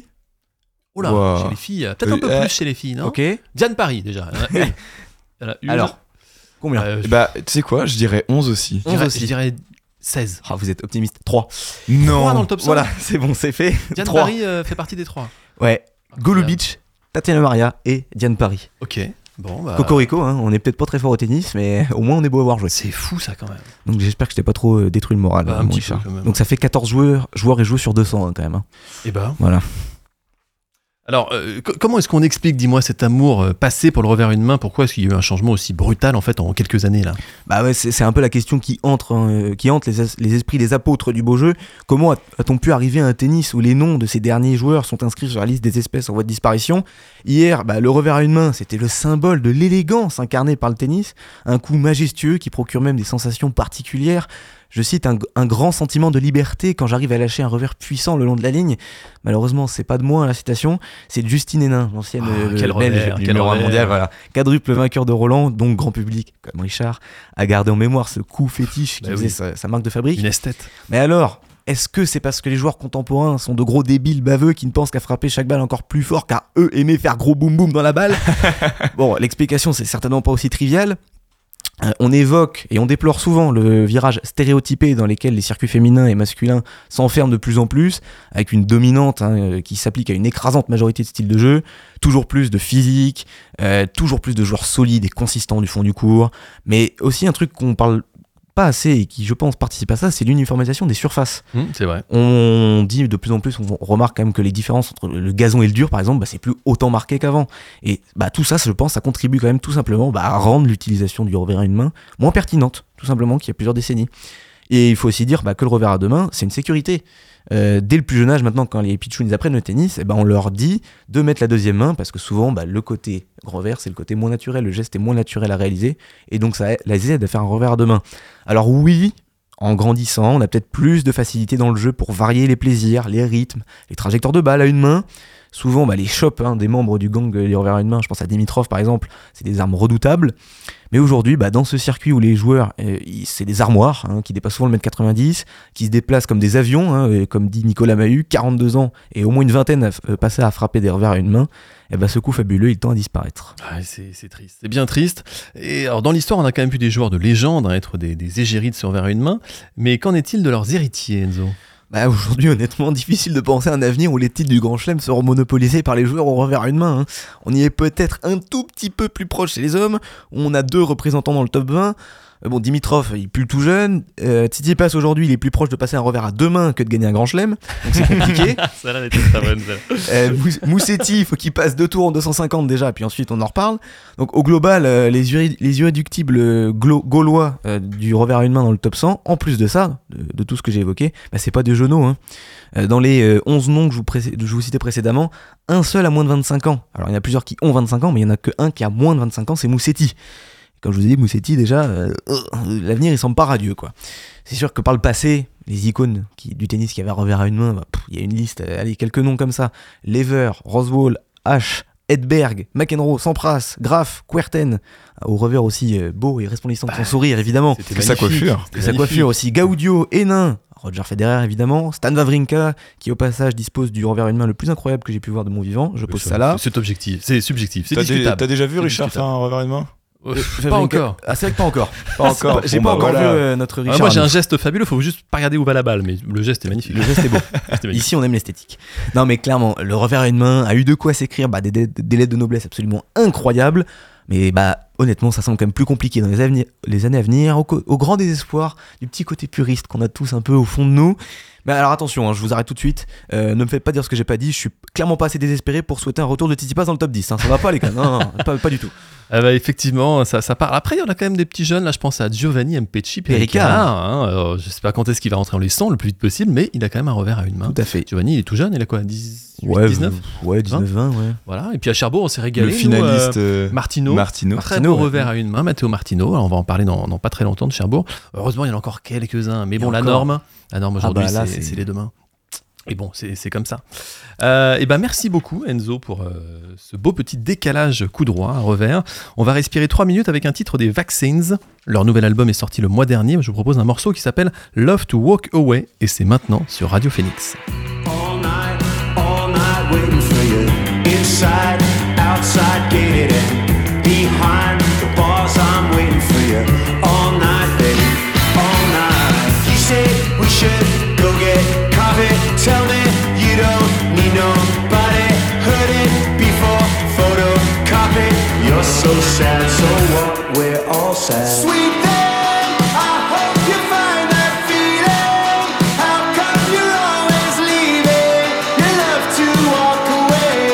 Oh là, Wow. chez les filles, peut-être un peu Euh, plus chez les filles, non? Ok. Diane Paris déjà. Il y en a une. Il y en a une. Alors, combien? Euh, je, Bah, tu sais quoi, je dirais onze aussi. je dirais, onze aussi. je dirais seize. Ah, vous êtes optimiste. trois. Non. trois dans le top cent. Voilà, c'est bon, c'est fait. Diane trois. Paris euh, fait partie des trois. Ouais. Golubic, Tatiana Maria et Diane Paris. Ok. Bon, bah... Cocorico, hein, on est peut-être pas très fort au tennis, mais au moins on est beau à voir jouer. C'est fou ça quand même. Donc j'espère que je t'ai pas trop euh, détruit le moral, bah, hein, un mon petit Richard. peu, quand même. Donc ça fait quatorze joueurs, joueurs et joueuses sur deux cents hein, quand même. Hein. Et bah. Voilà. Alors, euh, c- comment est-ce qu'on explique, dis-moi, cet amour euh, passé pour le revers à une main? Pourquoi est-ce qu'il y a eu un changement aussi brutal en fait en quelques années là? Bah ouais, c'est, c'est un peu la question qui entre, hein, qui hante les, as- les esprits des apôtres du beau jeu. Comment a- a-t-on pu arriver à un tennis où les noms de ces derniers joueurs sont inscrits sur la liste des espèces en voie de disparition? Hier, bah, le revers à une main, c'était le symbole de l'élégance incarnée par le tennis, un coup majestueux qui procure même des sensations particulières. Je cite un, un grand sentiment de liberté quand j'arrive à lâcher un revers puissant le long de la ligne. Malheureusement, c'est pas de moi hein, la citation, c'est de Justine Hénin, l'ancienne Ah, euh, quel belge, revers, quel numéro un revers. mondial, voilà, quadruple vainqueur de Roland, donc grand public comme Richard a gardé en mémoire ce coup fétiche qui Bah faisait oui. sa, sa marque de fabrique. Une esthète. Mais alors, est-ce que c'est parce que les joueurs contemporains sont de gros débiles baveux qui ne pensent qu'à frapper chaque balle encore plus fort car eux aimaient faire gros boum boum dans la balle? Bon, l'explication c'est certainement pas aussi trivial. Euh, on évoque et on déplore souvent le virage stéréotypé dans lequel les circuits féminins et masculins s'enferment de plus en plus, avec une dominante hein, euh, qui s'applique à une écrasante majorité de styles de jeu, toujours plus de physique, euh, toujours plus de joueurs solides et consistants du fond du court, mais aussi un truc qu'on parle pas assez et qui je pense participe à ça, c'est l'uniformisation des surfaces. Mmh, c'est vrai. On dit de plus en plus, on remarque quand même que les différences entre le gazon et le dur, par exemple, bah, c'est plus autant marqué qu'avant. Et bah, tout ça, je pense, ça contribue quand même tout simplement bah, à rendre l'utilisation du revers à une main moins pertinente, tout simplement, qu'il y a plusieurs décennies. Et il faut aussi dire bah, que le revers à deux mains, c'est une sécurité. Euh, dès le plus jeune âge, maintenant, quand les pitchouns ils apprennent le tennis, eh ben, on leur dit de mettre la deuxième main parce que souvent, bah, le côté revers, c'est le côté moins naturel, le geste est moins naturel à réaliser et donc ça les aide à faire un revers à deux mains. Alors oui, en grandissant, on a peut-être plus de facilité dans le jeu pour varier les plaisirs, les rythmes, les trajectoires de balle à une main. Souvent, bah, les chops hein, des membres du gang des revers à une main, je pense à Dimitrov par exemple, c'est des armes redoutables. Mais aujourd'hui, bah, dans ce circuit où les joueurs, euh, c'est des armoires hein, qui dépassent souvent le mètre quatre-vingt-dix, qui se déplacent comme des avions, hein, et comme dit Nicolas Mahut, quarante-deux ans et au moins une vingtaine à euh, passer à frapper des revers à une main, et bah, ce coup fabuleux, il tend à disparaître. Ah, c'est, c'est triste, c'est bien triste. Et alors dans l'histoire, on a quand même vu des joueurs de légende hein, être des, des égéries de ce revers à une main. Mais qu'en est-il de leurs héritiers, Enzo? Bah aujourd'hui, honnêtement, difficile de penser à un avenir où les titres du Grand Chelem seront monopolisés par les joueurs au revers à une main. Hein. On y est peut-être un tout petit peu plus proche chez les hommes, où on a deux représentants dans le top vingt. Euh, bon, Dimitrov, il est plus tout jeune. Euh, Tsitsipas, aujourd'hui, il est plus proche de passer un revers à deux mains que de gagner un Grand Chelem. Donc c'est compliqué. Celle-là, elle était très bonne, celle-là. euh, Mous- Moussetti, il faut qu'il passe deux tours en deux cent cinquante déjà, puis ensuite on en reparle. Donc au global, euh, les, uri- les irréductibles euh, glo- gaulois euh, du revers à une main dans le top cent, en plus de ça, de, de tout ce que j'ai évoqué, bah, c'est pas des genoux. Hein. Euh, dans les euh, onze noms que je vous, pré- je vous citais précédemment, un seul a moins de vingt-cinq ans. Alors il y en a plusieurs qui ont vingt-cinq ans, mais il y en a que un qui a moins de vingt-cinq ans, c'est Moussetti. Comme je vous ai dit, Moussetti, déjà, euh, euh, l'avenir, il semble pas radieux, quoi. C'est sûr que par le passé, les icônes qui, du tennis qui avaient un revers à une main, bah, il y a une liste, euh, allez, quelques noms comme ça. Lever, Roswell, H, Edberg, McEnroe, Sampras, Graf, Kuerten, au revers aussi euh, beau et resplendissant de son sourire, évidemment. C'était Que sa magnifique. coiffure. C'était Et sa magnifique. coiffure aussi, Gaudio, Hénin, Roger Federer évidemment, Stan Wawrinka, qui au passage dispose du revers à une main le plus incroyable que j'ai pu voir de mon vivant, je pose ça là. C'est objectif, c'est subjectif, c'est T'as, dé- discutable. t'as déjà vu C'est Richard discutable. faire un revers à une main? Euh, Wawrinka- Pas encore. Ah c'est vrai que pas encore. Pas encore. J'ai Bon, pas bah, encore voilà. vu euh, notre Ouais, Richard. moi j'ai à un nous. geste fabuleux, faut juste pas regarder où va la balle, mais le geste est magnifique. Le geste est beau. C'était magnifique. Ici on aime l'esthétique. Non mais clairement, le revers à une main a eu de quoi s'écrire bah, des, des, des lettres de noblesse absolument incroyables. Mais bah honnêtement ça semble quand même plus compliqué dans les, aveni- les années à venir, au, co- au grand désespoir du petit côté puriste qu'on a tous un peu au fond de nous. Mais alors attention, hein, je vous arrête tout de suite, euh, ne me faites pas dire ce que j'ai pas dit, je suis clairement pas assez désespéré pour souhaiter un retour de Tsitsipas dans le top dix, hein, ça va pas les gars, non, non, pas, pas du tout. Ah bah effectivement, ça, ça part. Après, il y en a quand même des petits jeunes. Là, je pense à Giovanni Mpecci Perica. Perica. Hein, alors, je sais pas quand est-ce qu'il va rentrer en liçon le plus vite possible, mais il a quand même un revers à une main. Tout à fait. Giovanni, il est tout jeune, il a quoi, dix-huit, Ouais, dix-neuf ouais, dix-neuf vingt, ouais. Voilà. Et puis à Cherbourg, on s'est régalé. Le nous, finaliste euh, euh, Martino. Martino. Très Martino, beau ouais. revers à une main, Matteo Martino. Alors, on va en parler dans, dans pas très longtemps de Cherbourg. Heureusement, il y en a encore quelques-uns. Mais Et bon, la encore. norme, la norme aujourd'hui, bah là, c'est, c'est- c'est les deux mains. Et bon, c'est, c'est comme ça. Euh, et ben merci beaucoup Enzo pour euh, ce beau petit décalage coup droit à revers. On va respirer trois minutes avec un titre des Vaccines. Leur nouvel album est sorti le mois dernier. Je vous propose un morceau qui s'appelle Love to Walk Away et c'est maintenant sur Radio Phoenix. All night, all night waiting for you. Inside, outside, gated in. Behind the bars, I'm waiting for you. All night, baby, all night. You said we should go get coffee. Tell me you don't need nobody. Heard it before, photocopy. You're so sad, so what? We're all sad. Sweet thing, I hope you find that feeling. How come you're always leaving? You love to walk away.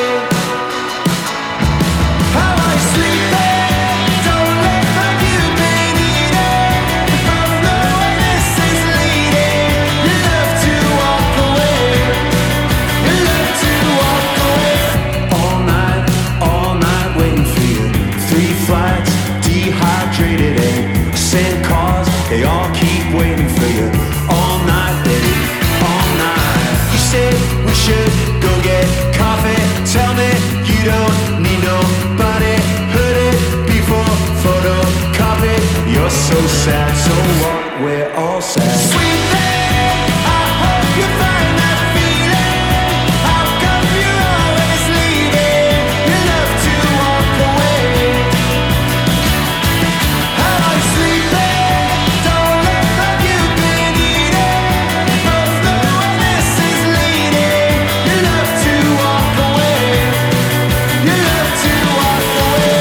How are you sleeping? Don't look like you've been eating. Both know where this is leading. You love to walk away. You love to walk away. All night, all night waiting for you. Three flights, dehydrated and sent cars. They all keep waiting for you. All night, baby, all night. You said we should go get coffee. Tell me you don't need nobody. Heard it before, photocopy. You're so sad, so what? We're all sad. Sweet thing, I hope you find that feeling. How come you're always leaving? You love to walk away. How are you sleeping? Don't look like you've been eating. Both know where this is leading. You love to walk away. You love to walk away.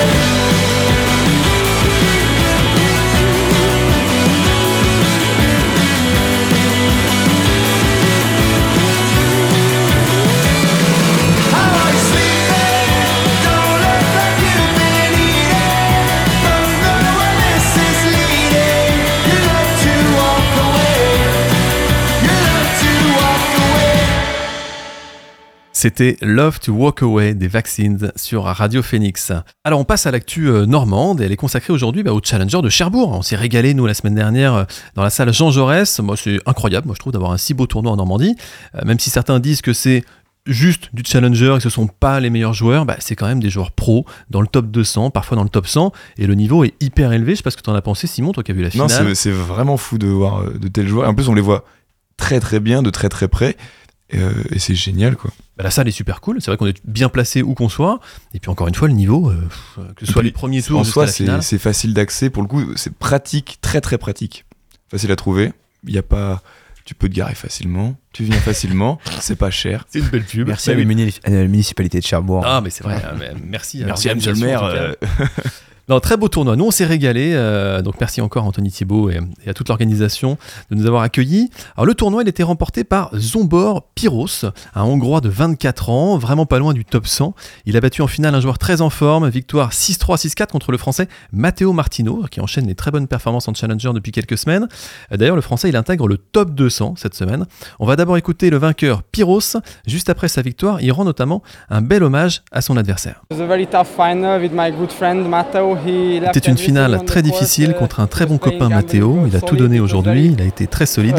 How are you sleeping? Don't look like you've been eating. Both know where this is leading. You love to walk away. You love to walk away. C'était Love to Walk Away des Vaccines sur Radio Phoenix. Alors on passe à l'actu euh, normande et elle est consacrée aujourd'hui bah, au Challenger de Cherbourg. On s'est régalé nous la semaine dernière euh, dans la salle Jean Jaurès. Moi c'est incroyable, moi je trouve d'avoir un si beau tournoi en Normandie. Euh, même si certains disent que c'est juste du Challenger et que ce sont pas les meilleurs joueurs, bah, c'est quand même des joueurs pros dans le top deux cents, parfois dans le top cent et le niveau est hyper élevé. Je sais pas ce que t'en as pensé Simon, toi qui as vu la finale. Non, c'est, c'est vraiment fou de voir euh, de tels joueurs. En plus, on les voit très très bien, de très très près. Et, euh, et c'est génial, quoi. Bah, la salle est super cool, c'est vrai qu'on est bien placé où qu'on soit, et puis encore une fois le niveau, euh, que ce soit les premiers tours en jusqu'à soi, la c'est, finale. c'est facile d'accès. Pour le coup, c'est pratique, très très pratique. Facile à trouver. Il y a pas, tu peux te garer facilement. Tu viens facilement. C'est pas cher. C'est une belle pub. Merci Bah à, oui. la muni- à la municipalité de Cherbourg. Ah mais c'est vrai, euh, mais merci. à Merci à Monsieur le l'organisation, maire. en tout cas. euh, Non, très beau tournoi. Nous, on s'est régalé. Euh, donc, merci encore à Anthony Thibault et, et à toute l'organisation de nous avoir accueillis. Alors, le tournoi, il était remporté par Zombor Piros, un Hongrois de vingt-quatre ans, vraiment pas loin du top cent. Il a battu en finale un joueur très en forme. Victoire six trois six quatre contre le Français Matteo Martino, qui enchaîne les très bonnes performances en Challenger depuis quelques semaines. D'ailleurs, le Français, il intègre le top deux cents cette semaine. On va d'abord écouter le vainqueur Piros. Juste après sa victoire, il rend notamment un bel hommage à son adversaire. C'était une finale très difficile contre un très bon copain Matteo. Il a tout donné aujourd'hui, il a été très solide.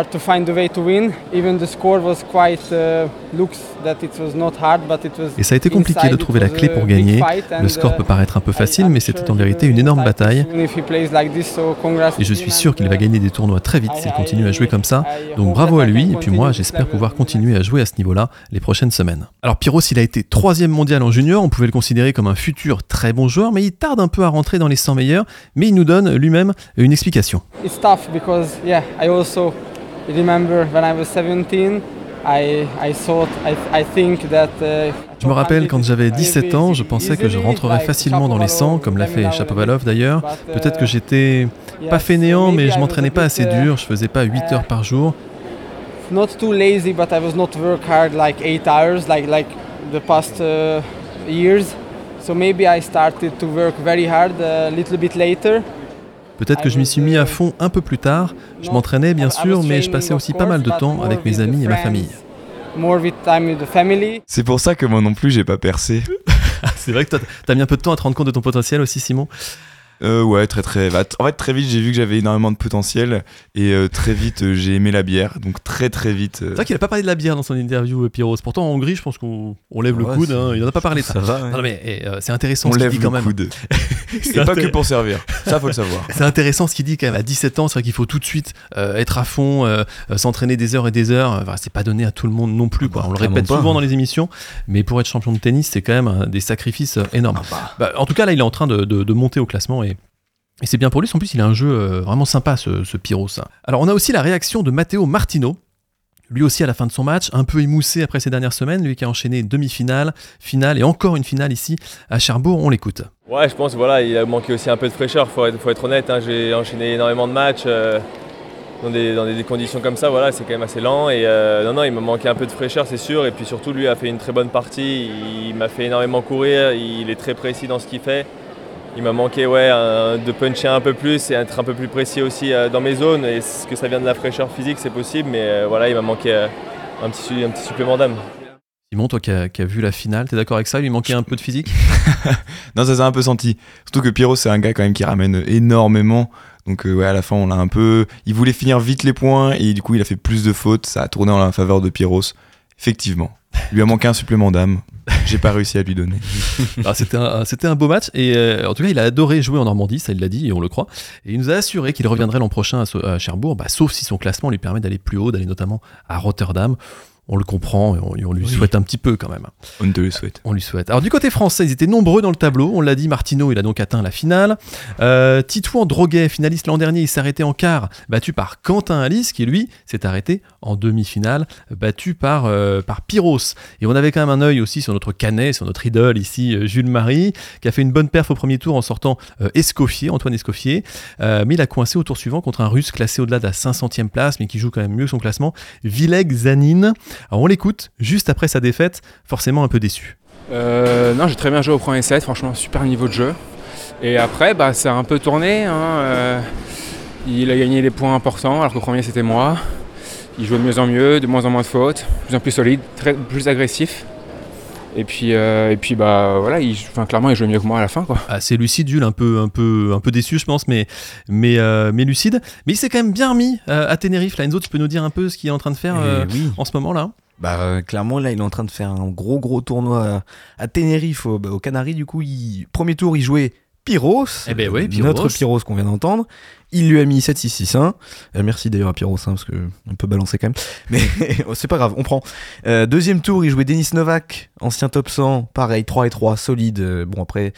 Et ça a été compliqué de trouver la clé pour gagner. Le score peut paraître un peu facile, mais c'était en vérité une énorme bataille. Et je suis sûr qu'il va gagner des tournois très vite s'il continue à jouer comme ça. Donc bravo à lui, et puis moi j'espère pouvoir continuer à jouer à ce niveau-là les prochaines semaines. Alors Piros, il a été troisième mondial en junior, on pouvait le considérer comme un futur très bon joueur, mais il tarde un peu à rentrer dans les cent meilleurs, mais il nous donne lui-même une explication. It's tough because yeah, I also remember when I was seventeen, I I thought I I think that uh, Je me rappelle quand j'avais dix-sept ans, je pensais que je rentrerais facilement dans les cent, comme l'a fait Shapovalov d'ailleurs. Peut-être que j'étais pas fainéant, mais je m'entraînais pas assez dur, je faisais pas huit heures par jour. Not too lazy, but I was not work hard like eight hours like like the past uh, years. So maybe I started to work very hard a little bit later. Peut-être que je m'y suis mis à fond un peu plus tard. Je m'entraînais bien sûr, mais je passais aussi pas mal de temps avec mes amis et ma famille. More with time with the family. C'est pour ça que moi non plus j'ai pas percé. C'est vrai que toi t'as mis un peu de temps à te rendre compte de ton potentiel aussi, Simon. Euh, ouais, très très. Bah, t- en fait, très vite, j'ai vu que j'avais énormément de potentiel et euh, très vite, euh, j'ai aimé la bière. Donc très très vite. euh, C'est vrai qu'il a pas parlé de la bière dans son interview, euh, Piros. Pourtant en Hongrie, je pense qu'on on lève le Ouais, coude. c'est- Hein. Il en a pas parlé de ça. Ça va, ouais. Non, mais eh, euh, c'est intéressant On ce qu'il lève dit le quand même. coude. C'est Et pas intér- que pour servir. Ça, faut le savoir. C'est intéressant ce qu'il dit quand même. À dix-sept ans, c'est vrai qu'il faut tout de suite euh, être à fond, euh, euh, s'entraîner des heures et des heures. Enfin, c'est pas donné à tout le monde non plus, quoi. On le clairement répète pas, souvent hein. dans les émissions, mais pour être champion de tennis, c'est quand même un des sacrifices euh, énormes. Bah, en tout cas, là, il est en train de, de- de monter au classement et. Et c'est bien pour lui, en plus il a un jeu euh, vraiment sympa ce, ce Piros. Alors on a aussi la réaction de Matteo Martino. Lui aussi à la fin de son match, un peu émoussé après ces dernières semaines, lui qui a enchaîné demi-finale, finale et encore une finale ici à Cherbourg, on l'écoute. Ouais, je pense voilà, il a manqué aussi un peu de fraîcheur, faut être, faut être honnête, hein, j'ai enchaîné énormément de matchs euh, dans, des, dans des conditions comme ça, voilà, c'est quand même assez lent et euh, non, non, il m'a manqué un peu de fraîcheur, c'est sûr, et puis surtout lui a fait une très bonne partie, il m'a fait énormément courir, il est très précis dans ce qu'il fait. Il m'a manqué ouais, un, de puncher un peu plus et être un peu plus précis aussi euh, dans mes zones. Et ce que ça vient de la fraîcheur physique, c'est possible, mais euh, voilà, il m'a manqué euh, un, petit, un petit supplément d'âme. Simon, toi qui as qui a vu la finale, t'es d'accord avec ça? Il lui manquait un peu de physique? Non, ça s'est un peu senti. Surtout que Piros, c'est un gars quand même qui ramène énormément. Donc euh, ouais, à la fin, on l'a un peu... Il voulait finir vite les points et du coup, il a fait plus de fautes. Ça a tourné en la faveur de Piros. Effectivement. Il lui a manqué un supplément d'âme. J'ai pas réussi à lui donner. Alors, c'était, un, c'était un beau match et euh, en tout cas il a adoré jouer en Normandie, ça il l'a dit et on le croit. Et il nous a assuré qu'il reviendrait l'an prochain à, à Cherbourg, bah, sauf si son classement lui permet d'aller plus haut, d'aller notamment à Rotterdam. On le comprend et on, et on lui oui. souhaite un petit peu quand même. On te le souhaite. On lui souhaite. Alors du côté français, ils étaient nombreux dans le tableau. On l'a dit, Martino, il a donc atteint la finale. Euh, Titouan Droguet, finaliste l'an dernier, il s'est arrêté en quart, battu par Quentin Alice, qui lui s'est arrêté en demi-finale, battu par, euh, par Piros. Et on avait quand même un œil aussi sur notre canet, sur notre idole ici, euh, Jules Marie, qui a fait une bonne perf au premier tour en sortant euh, Escoffier, Antoine Escoffier. Euh, mais il a coincé au tour suivant contre un Russe classé au-delà de la cinq centième place, mais qui joue quand même mieux son classement, Vileg Zanin. Alors on l'écoute, juste après sa défaite, forcément un peu déçu. Euh, non, j'ai très bien joué au premier set, franchement super niveau de jeu. Et après, bah, ça a un peu tourné. Hein, euh, il a gagné des points importants, alors qu'au premier c'était moi. Il jouait de mieux en mieux, de moins en moins de fautes, de plus en plus solide, très, plus agressif. Et puis, euh, et puis bah voilà, il, enfin, clairement il jouait mieux que moi à la fin, quoi. Ah, c'est lucide, Jules, un peu, un peu, un peu déçu, je pense, mais, mais, euh, mais lucide. Mais il s'est quand même bien remis euh, à Tenerife. Là, Enzo, tu peux nous dire un peu ce qu'il est en train de faire euh, oui. en ce moment-là? Bah euh, clairement là il est en train de faire un gros gros tournoi à, à Tenerife au, bah, aux Canaries. Du coup, il, premier tour il jouait Piros, eh ben ouais, Piros. notre Piros qu'on vient d'entendre. Il lui a mis sept six six un. Euh, merci d'ailleurs à Piros, hein, parce qu'on peut balancer quand même. Mais c'est pas grave, on prend. Euh, deuxième tour, il jouait Denis Novak, ancien top cent. Pareil, trois et trois, solide. Euh, bon, après,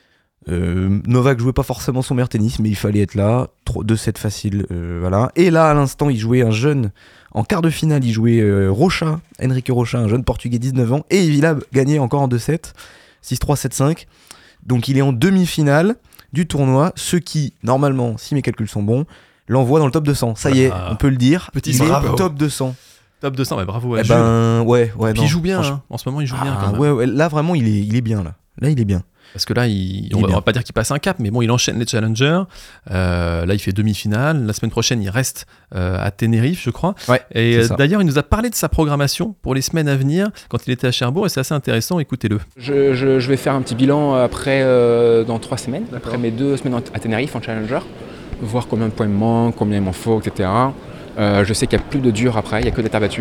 euh, Novak jouait pas forcément son meilleur tennis, mais il fallait être là. deux sept facile, euh, voilà. Et là, à l'instant, il jouait un jeune. En quart de finale, il jouait euh, Rocha, Henrique Rocha, un jeune portugais, dix-neuf ans. Et il a gagné encore en deux sept, six trois, sept cinq. Donc il est en demi-finale du tournoi, ce qui, normalement, si mes calculs sont bons, l'envoie dans le top deux cents. Ça y est, on peut le dire. Petit il bravo. Est top deux cents. Top deux cents, ouais, bravo à eh Jules. Ben, ouais, ouais, Puis non, il joue bien, hein. En ce moment il joue ah, bien quand même. Ouais, ouais, là vraiment il est, il est bien là. Là il est bien. Parce que là, il, il on, va, on va pas dire qu'il passe un cap, mais bon, il enchaîne les challengers. Euh, là, il fait demi-finale. La semaine prochaine, il reste euh, à Tenerife, je crois. Ouais, et euh, d'ailleurs, il nous a parlé de sa programmation pour les semaines à venir quand il était à Cherbourg, et c'est assez intéressant. Écoutez-le. Je, je, je vais faire un petit bilan après euh, dans trois semaines, après mes deux semaines à Tenerife en challenger, voir combien de points il me manque, combien il m'en faut, et cetera. Euh, je sais qu'il n'y a plus de dur après, il n'y a que des terres battues.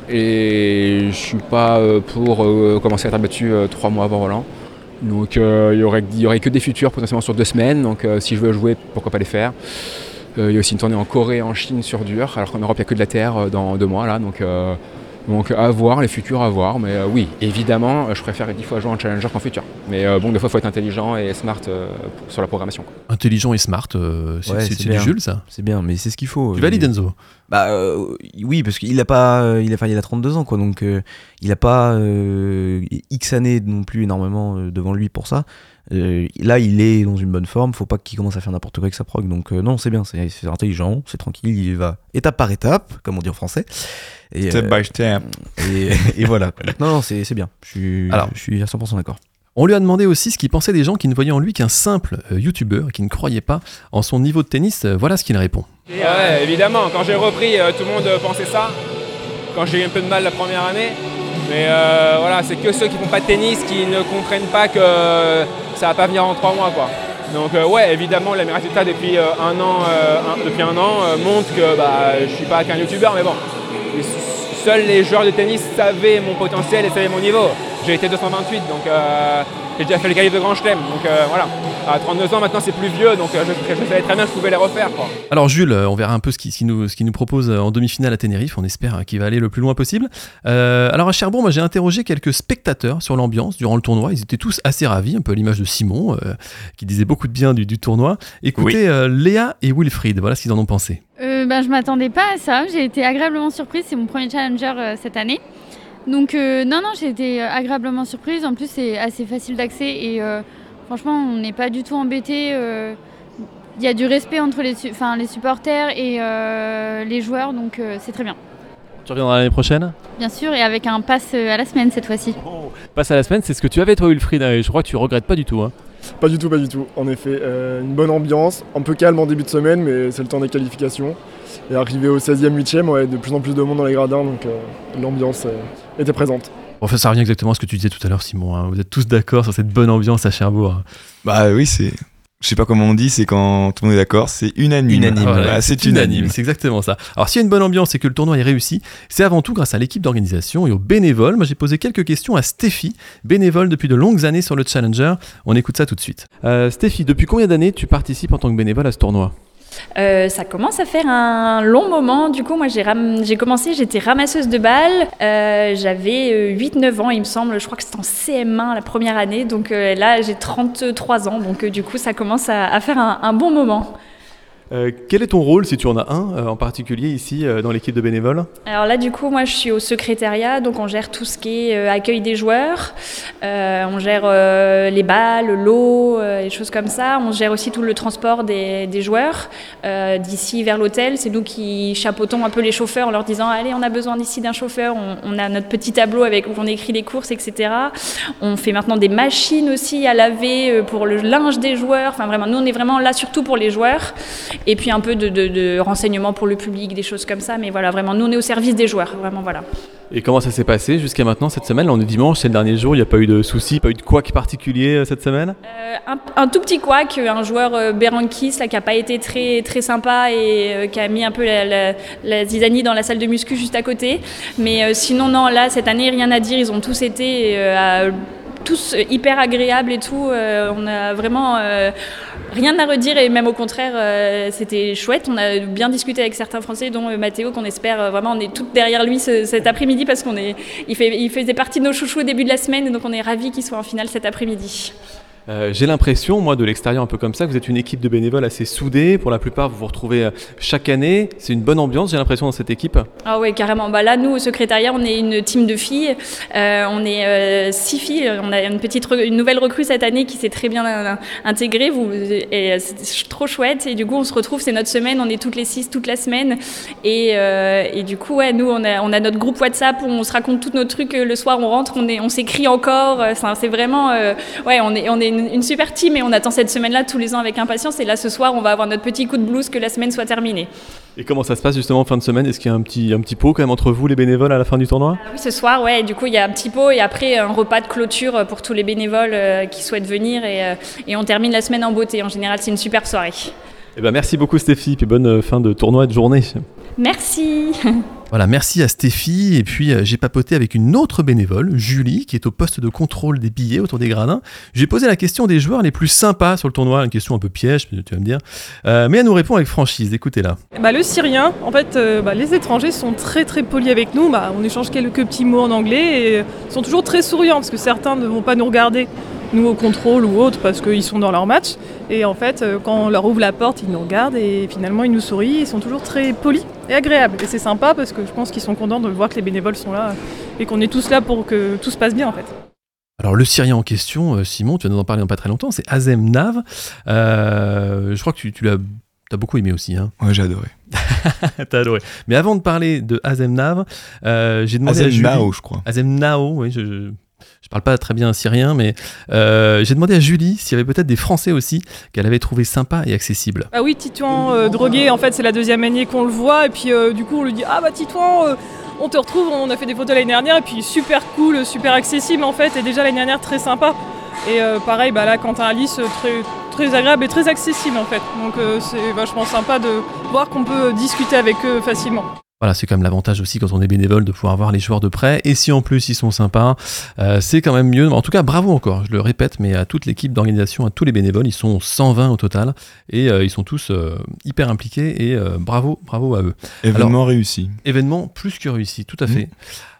Et je ne suis pas euh, pour euh, commencer à terre battue euh, trois mois avant Roland. Donc euh, il n'y aurait, y aurait que des futurs potentiellement sur deux semaines, donc euh, si je veux jouer, pourquoi pas les faire. Euh, il y a aussi une tournée en Corée et en Chine sur dur, alors qu'en Europe il n'y a que de la terre euh, dans deux mois là, donc, euh, donc à voir, les futurs à voir. Mais euh, oui, évidemment, je préfère dix fois jouer en challenger qu'en futur. Mais euh, bon, des fois il faut être intelligent et smart euh, sur la programmation, quoi. Intelligent et smart, euh, c'est, ouais, c'est, c'est, c'est du Jules ça. C'est bien, mais c'est ce qu'il faut. Tu valides Enzo? Bah euh, oui, parce qu'il a pas, euh, il a, enfin, il a trente-deux ans quoi, donc euh, il a pas euh, X années non plus énormément euh, devant lui pour ça. Euh, là, il est dans une bonne forme. Faut pas qu'il commence à faire n'importe quoi avec sa prog. Donc euh, non, c'est bien, c'est, c'est intelligent, c'est tranquille. Il va étape par étape, comme on dit en français. Et, step euh, by step. Et, et voilà. Non, non, c'est, c'est bien. Je suis, Alors, je suis à cent pour cent d'accord. On lui a demandé aussi ce qu'il pensait des gens qui ne voyaient en lui qu'un simple euh, youtubeur, qui ne croyaient pas en son niveau de tennis. Euh, voilà ce qu'il répond. Ouais, évidemment, quand j'ai repris, euh, tout le monde pensait ça. Quand j'ai eu un peu de mal la première année. Mais euh, voilà, c'est que ceux qui font pas de tennis qui ne comprennent pas que euh, ça va pas venir en trois mois, quoi. Donc euh, ouais, évidemment, là, mes résultats depuis euh, un an, euh, un, depuis un an euh, montrent que bah, je suis pas qu'un youtubeur, mais bon. Seuls les joueurs de tennis savaient mon potentiel et savaient mon niveau. J'ai été deux cent vingt-huit, donc euh, j'ai déjà fait le qualif de Grand Chelem. Donc euh, voilà, à trente-deux ans maintenant c'est plus vieux, donc euh, je, je savais très bien que je pouvais les refaire, quoi. Alors Jules, on verra un peu ce qu'il, ce qu'il, nous, ce qu'il nous propose en demi-finale à Tenerife. On espère qu'il va aller le plus loin possible. Euh, alors à Cherbourg, moi j'ai interrogé quelques spectateurs sur l'ambiance durant le tournoi. Ils étaient tous assez ravis, un peu à l'image de Simon, euh, qui disait beaucoup de bien du, du tournoi. Écoutez, oui. euh, Léa et Wilfried, voilà ce qu'ils en ont pensé. Euh, euh, ben, je m'attendais pas à ça. J'ai été agréablement surprise. C'est mon premier challenger euh, cette année. Donc euh, non, non, j'ai été agréablement surprise. En plus, c'est assez facile d'accès et euh, franchement, on n'est pas du tout embêtés. Euh, Il y a du respect entre les, su- les supporters et euh, les joueurs, donc euh, c'est très bien. Tu reviendras l'année prochaine ? Bien sûr, et avec un pass à la semaine cette fois-ci. Oh, pass à la semaine, c'est ce que tu avais toi, Wilfried, et je crois que tu regrettes pas du tout. Hein. Pas du tout, pas du tout. En effet, euh, une bonne ambiance, un peu calme en début de semaine, mais c'est le temps des qualifications. Et arrivé au seizième, huitième, ouais, de plus en plus de monde dans les gradins, donc euh, l'ambiance euh, était présente. Enfin, ça revient exactement à ce que tu disais tout à l'heure, Simon. Hein. Vous êtes tous d'accord sur cette bonne ambiance à Cherbourg. Bah oui, c'est... Je sais pas comment on dit, c'est quand tout le monde est d'accord, c'est unanime. Unanime, voilà, voilà, c'est, c'est unanime. unanime. C'est exactement ça. Alors s'il y a une bonne ambiance et que le tournoi est réussi, c'est avant tout grâce à l'équipe d'organisation et aux bénévoles. Moi j'ai posé quelques questions à Stéphie, bénévole depuis de longues années sur le Challenger. On écoute ça tout de suite. Euh, Stéphie, depuis combien d'années tu participes en tant que bénévole à ce tournoi ? Euh, ça commence à faire un long moment. Du coup, moi, j'ai, ram- j'ai commencé, j'étais ramasseuse de balles. Euh, j'avais euh, huit neuf ans, il me semble. Je crois que c'était en C M un la première année. Donc euh, là, j'ai trente-trois ans. Donc euh, du coup, ça commence à, à faire un, un bon moment. Euh, quel est ton rôle, si tu en as un, euh, en particulier ici euh, dans l'équipe de bénévoles ? Alors là, du coup, moi, je suis au secrétariat, donc on gère tout ce qui est euh, accueil des joueurs, euh, on gère euh, les balles, l'eau, euh, les choses comme ça. On gère aussi tout le transport des, des joueurs euh, d'ici vers l'hôtel. C'est nous qui chapeautons un peu les chauffeurs en leur disant « Allez, on a besoin d'ici d'un chauffeur ». On, on a notre petit tableau avec, où on écrit les courses, et cetera. On fait maintenant des machines aussi à laver euh, pour le linge des joueurs. Enfin, vraiment, nous, on est vraiment là surtout pour les joueurs. Et puis un peu de, de, de renseignements pour le public, des choses comme ça. Mais voilà, vraiment, nous, on est au service des joueurs. Vraiment, voilà. Et comment ça s'est passé jusqu'à maintenant cette semaine ? Là, on est dimanche, c'est le dernier jour, il n'y a pas eu de soucis, pas eu de couac particulier cette semaine ? euh, un, un tout petit couac, un joueur euh, Berankis là, qui n'a pas été très, très sympa et euh, qui a mis un peu la, la, la zizanie dans la salle de muscu juste à côté. Mais euh, sinon, non, là, cette année, rien à dire. Ils ont tous été euh, à, tous hyper agréables et tout. Euh, on a vraiment... Euh, Rien à redire et même au contraire, euh, c'était chouette. On a bien discuté avec certains Français, dont euh, Mathéo, qu'on espère euh, vraiment, on est toutes derrière lui ce, cet après-midi parce qu'on est, il, fait, il faisait partie de nos chouchous au début de la semaine, et donc on est ravis qu'il soit en finale cet après-midi. Euh, j'ai l'impression, moi, de l'extérieur un peu comme ça, que vous êtes une équipe de bénévoles assez soudée. Pour la plupart, vous vous retrouvez euh, chaque année. C'est une bonne ambiance, j'ai l'impression, dans cette équipe. Ah oui, carrément. Bah là, nous, au secrétariat, on est une team de filles. Euh, on est euh, six filles. On a une, petite re- une nouvelle recrue cette année qui s'est très bien euh, intégrée. Vous, et c'est trop chouette. Et du coup, on se retrouve, c'est notre semaine. On est toutes les six, toute la semaine. Et, euh, et du coup, ouais, nous, on a, on a notre groupe WhatsApp où on se raconte tous nos trucs. Le soir, on rentre, on, est, on s'écrit encore. C'est, c'est vraiment... Euh, ouais, on est, on est une, une super team et on attend cette semaine-là tous les ans avec impatience. Et là, ce soir, on va avoir notre petit coup de blues que la semaine soit terminée. Et comment ça se passe justement en fin de semaine ? Est-ce qu'il y a un petit, un petit pot quand même entre vous, les bénévoles, à la fin du tournoi ? Oui, ce soir, ouais. Du coup, il y a un petit pot et après un repas de clôture pour tous les bénévoles euh, qui souhaitent venir. Et, euh, et on termine la semaine en beauté. En général, c'est une super soirée. Eh ben, merci beaucoup Stéphie, et bonne fin de tournoi et de journée. Merci. Voilà, merci à Stéphie. Et puis euh, j'ai papoté avec une autre bénévole, Julie, qui est au poste de contrôle des billets autour des gradins. J'ai posé la question des joueurs les plus sympas sur le tournoi, une question un peu piège, tu vas me dire. Euh, mais elle nous répond avec franchise, écoutez-la. Bah, le Syrien, en fait, euh, bah, les étrangers sont très très polis avec nous. Bah, on échange quelques petits mots en anglais et ils sont toujours très souriants parce que certains ne vont pas nous regarder, nous au contrôle ou autre, parce qu'ils sont dans leur match. Et en fait, euh, quand on leur ouvre la porte, ils nous regardent et finalement ils nous sourient. Ils sont toujours très polis et agréables. Et c'est sympa parce que je pense qu'ils sont contents de voir que les bénévoles sont là et qu'on est tous là pour que tout se passe bien en fait. Alors le Syrien en question, Simon, tu vas nous en parler dans pas très longtemps, c'est Azem Nav. Euh, je crois que tu, tu l'as t'as beaucoup aimé aussi. Hein. Ouais, j'ai adoré. T'as adoré. Mais avant de parler de Azem Nav, euh, j'ai demandé Azem à Julie... Nao, je crois. Azem Nao, oui, je... je... Je parle pas très bien syrien, mais euh, j'ai demandé à Julie s'il y avait peut-être des Français aussi qu'elle avait trouvé sympa et accessible. Ah oui, Titouan euh, Droguet, en fait, c'est la deuxième année qu'on le voit. Et puis, euh, du coup, on lui dit « Ah bah Titouan, euh, on te retrouve, on a fait des photos l'année dernière. » Et puis, super cool, super accessible, en fait. Et déjà, l'année dernière, très sympa. Et euh, pareil, bah là, Quentin Alice, très, très agréable et très accessible, en fait. Donc, euh, c'est vachement sympa de voir qu'on peut discuter avec eux facilement. Voilà, c'est quand même l'avantage aussi quand on est bénévole de pouvoir voir les joueurs de près. Et si en plus ils sont sympas, euh, c'est quand même mieux. En tout cas, bravo encore, je le répète, mais à toute l'équipe d'organisation, à tous les bénévoles, ils sont cent vingt au total. Et euh, ils sont tous euh, hyper impliqués et euh, bravo, bravo à eux. Événement Alors, réussi. Événement plus que réussi, tout à fait. Mmh.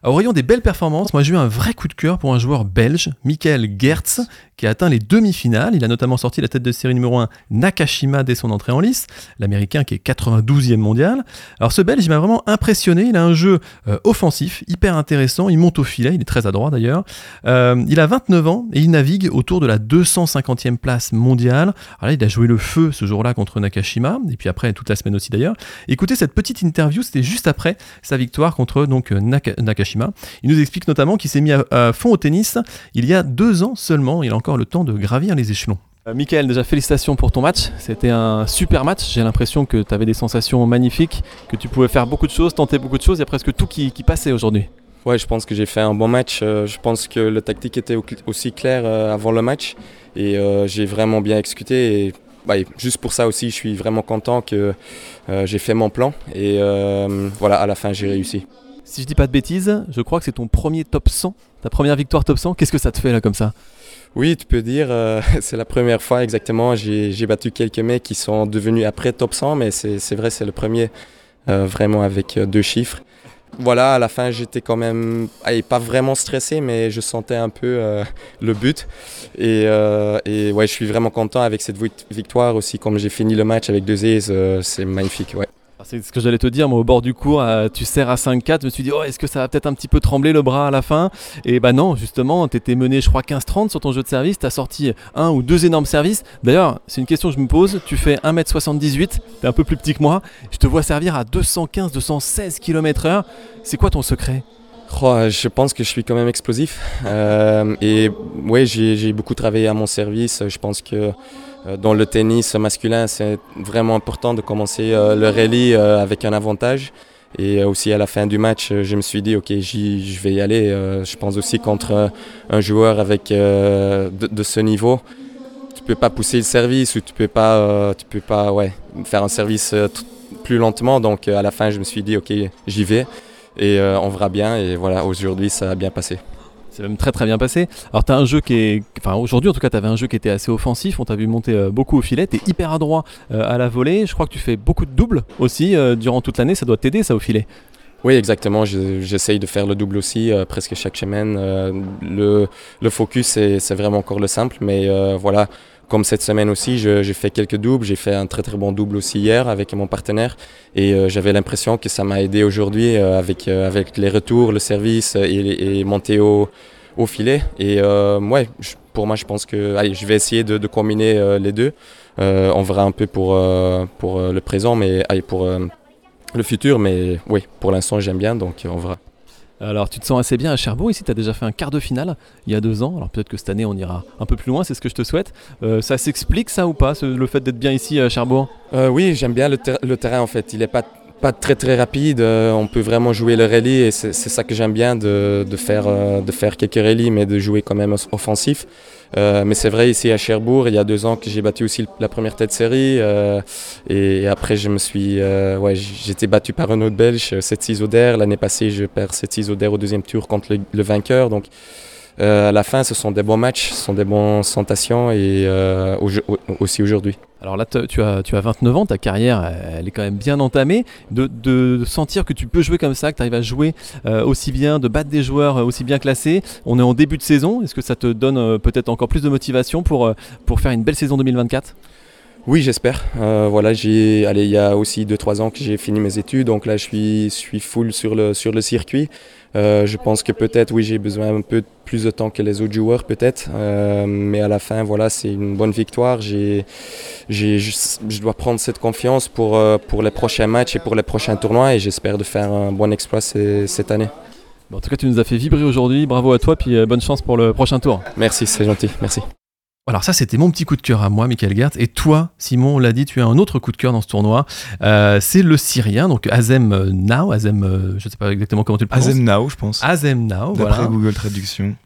Au rayon des belles performances, moi j'ai eu un vrai coup de cœur pour un joueur belge, Michael Geerts, qui a atteint les demi-finales. Il a notamment sorti la tête de série numéro un Nakashima dès son entrée en lice, l'américain qui est quatre-vingt-douzième mondial. Alors ce belge, il m'a vraiment impressionné. Il a un jeu euh, offensif, hyper intéressant. Il monte au filet, il est très adroit d'ailleurs. Euh, il a vingt-neuf ans et il navigue autour de la deux cent cinquantième place mondiale. Alors là, il a joué le feu ce jour-là contre Nakashima, et puis après toute la semaine aussi d'ailleurs. Écoutez cette petite interview, c'était juste après sa victoire contre donc, Naka- Nakashima. Il nous explique notamment qu'il s'est mis à, à fond au tennis il y a deux ans seulement. Il a encore le temps de gravir les échelons. Euh, Michael, déjà félicitations pour ton match. C'était un super match. J'ai l'impression que tu avais des sensations magnifiques, que tu pouvais faire beaucoup de choses, tenter beaucoup de choses. Il y a presque tout qui, qui passait aujourd'hui. Ouais, je pense que j'ai fait un bon match. Euh, je pense que le tactique était aussi clair euh, avant le match et euh, j'ai vraiment bien exécuté. Et, bah, juste pour ça aussi, je suis vraiment content que euh, j'ai fait mon plan et euh, voilà, à la fin, j'ai réussi. Si je dis pas de bêtises, je crois que c'est ton premier top cent, ta première victoire top cent. Qu'est-ce que ça te fait là comme ça ? Oui, tu peux dire, euh, c'est la première fois exactement. J'ai, j'ai battu quelques mecs qui sont devenus après top cent, mais c'est, c'est vrai, c'est le premier euh, vraiment avec euh, deux chiffres. Voilà, à la fin, j'étais quand même, allez, pas vraiment stressé, mais je sentais un peu euh, le but. Et, euh, et ouais, je suis vraiment content avec cette victoire aussi. Comme j'ai fini le match avec deux aces, euh, c'est magnifique, ouais. C'est ce que j'allais te dire, moi au bord du cours, euh, tu sers à cinq quatre, je me suis dit oh, est-ce que ça va peut-être un petit peu trembler le bras à la fin ? Et bah non, justement, tu étais mené je crois quinze trente sur ton jeu de service, tu as sorti un ou deux énormes services. D'ailleurs, c'est une question que je me pose, tu fais un mètre soixante-dix-huit, tu es un peu plus petit que moi, je te vois servir à deux cent quinze deux cent seize kilomètres heure, c'est quoi ton secret ? Oh, je pense que je suis quand même explosif euh, et ouais, j'ai, j'ai beaucoup travaillé à mon service. Je pense que euh, dans le tennis masculin, c'est vraiment important de commencer euh, le rallye euh, avec un avantage. Et euh, aussi à la fin du match, je me suis dit ok, j'y, je vais y aller. Euh, je pense aussi contre euh, un joueur avec euh, de, de ce niveau, tu peux pas pousser le service ou tu peux pas, euh, tu peux pas ouais, faire un service euh, t- plus lentement. Donc euh, à la fin, je me suis dit ok, j'y vais. Et euh, on verra bien, et voilà, aujourd'hui ça a bien passé. C'est même très très bien passé. Alors tu as un jeu qui est, enfin aujourd'hui en tout cas tu avais un jeu qui était assez offensif, on t'a vu monter euh, beaucoup au filet, tu es hyper adroit euh, à la volée, je crois que tu fais beaucoup de doubles aussi euh, durant toute l'année, ça doit t'aider ça au filet. Oui exactement, je, j'essaye de faire le double aussi euh, presque chaque semaine. Euh, le, le focus c'est, c'est vraiment encore le simple, mais euh, voilà. Comme cette semaine aussi, je, j'ai fait quelques doubles. J'ai fait un très très bon double aussi hier avec mon partenaire. Et euh, j'avais l'impression que ça m'a aidé aujourd'hui euh, avec, euh, avec les retours, le service et, et monter au, au filet. Et euh, ouais, je, pour moi, je pense que allez, je vais essayer de, de combiner euh, les deux. Euh, on verra un peu pour, euh, pour euh, le présent, mais allez, pour euh, le futur. Mais oui, pour l'instant, j'aime bien, donc on verra. Alors tu te sens assez bien à Cherbourg, ici tu as déjà fait un quart de finale il y a deux ans, alors peut-être que cette année on ira un peu plus loin, c'est ce que je te souhaite. Euh, ça s'explique ça ou pas, ce, le fait d'être bien ici à Cherbourg ? euh, Oui, j'aime bien le, ter- le terrain en fait, il n'est pas, pas très très rapide, euh, on peut vraiment jouer le rallye et c'est, c'est ça que j'aime bien de, de, faire, euh, de faire quelques rallyes mais de jouer quand même offensif. Euh, mais c'est vrai ici à Cherbourg, il y a deux ans que j'ai battu aussi la première tête de série euh, et, et après je me suis, euh, ouais, j'ai été battu par un autre Belge, sept six Oder. L'année passée je perds sept six Oder au deuxième tour contre le, le vainqueur. Donc euh, à la fin ce sont des bons matchs, ce sont des bonnes sensations et euh, au, aussi aujourd'hui. Alors là, tu as, tu as vingt-neuf ans, ta carrière, elle est quand même bien entamée. De, de sentir que tu peux jouer comme ça, que tu arrives à jouer euh, aussi bien, de battre des joueurs aussi bien classés. On est en début de saison. Est-ce que ça te donne euh, peut-être encore plus de motivation pour, euh, pour faire une belle saison deux mille vingt-quatre ? Oui, j'espère. Euh, voilà, j'ai, allez, il y a aussi deux trois ans que j'ai fini mes études, donc là je suis, je suis full sur le, sur le circuit. Euh, je pense que peut-être, oui, j'ai besoin un peu plus de temps que les autres joueurs, peut-être. Euh, mais à la fin, voilà, c'est une bonne victoire. J'ai, j'ai, je, je dois prendre cette confiance pour, pour les prochains matchs et pour les prochains tournois et j'espère de faire un bon exploit c- cette année. Bon, en tout cas, tu nous as fait vibrer aujourd'hui. Bravo à toi, puis bonne chance pour le prochain tour. Merci, c'est gentil. Merci. Alors ça, c'était mon petit coup de cœur à moi, Michael Geerts. Et toi, Simon, on l'a dit, tu as un autre coup de cœur dans ce tournoi. Euh, c'est le Syrien, donc Azem Now. Azem, euh, je ne sais pas exactement comment tu le prononces. Azem Now, je pense. Azem Now, d'après voilà. Google Traduction.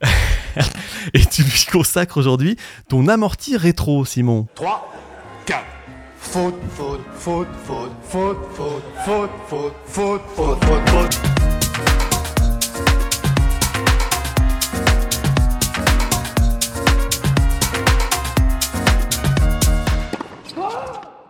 Et tu lui consacres aujourd'hui ton amorti rétro, Simon. trois, quatre. Faute, faute, faute, faute, faute, faute, faute, faute, faute, faute, faute, faute.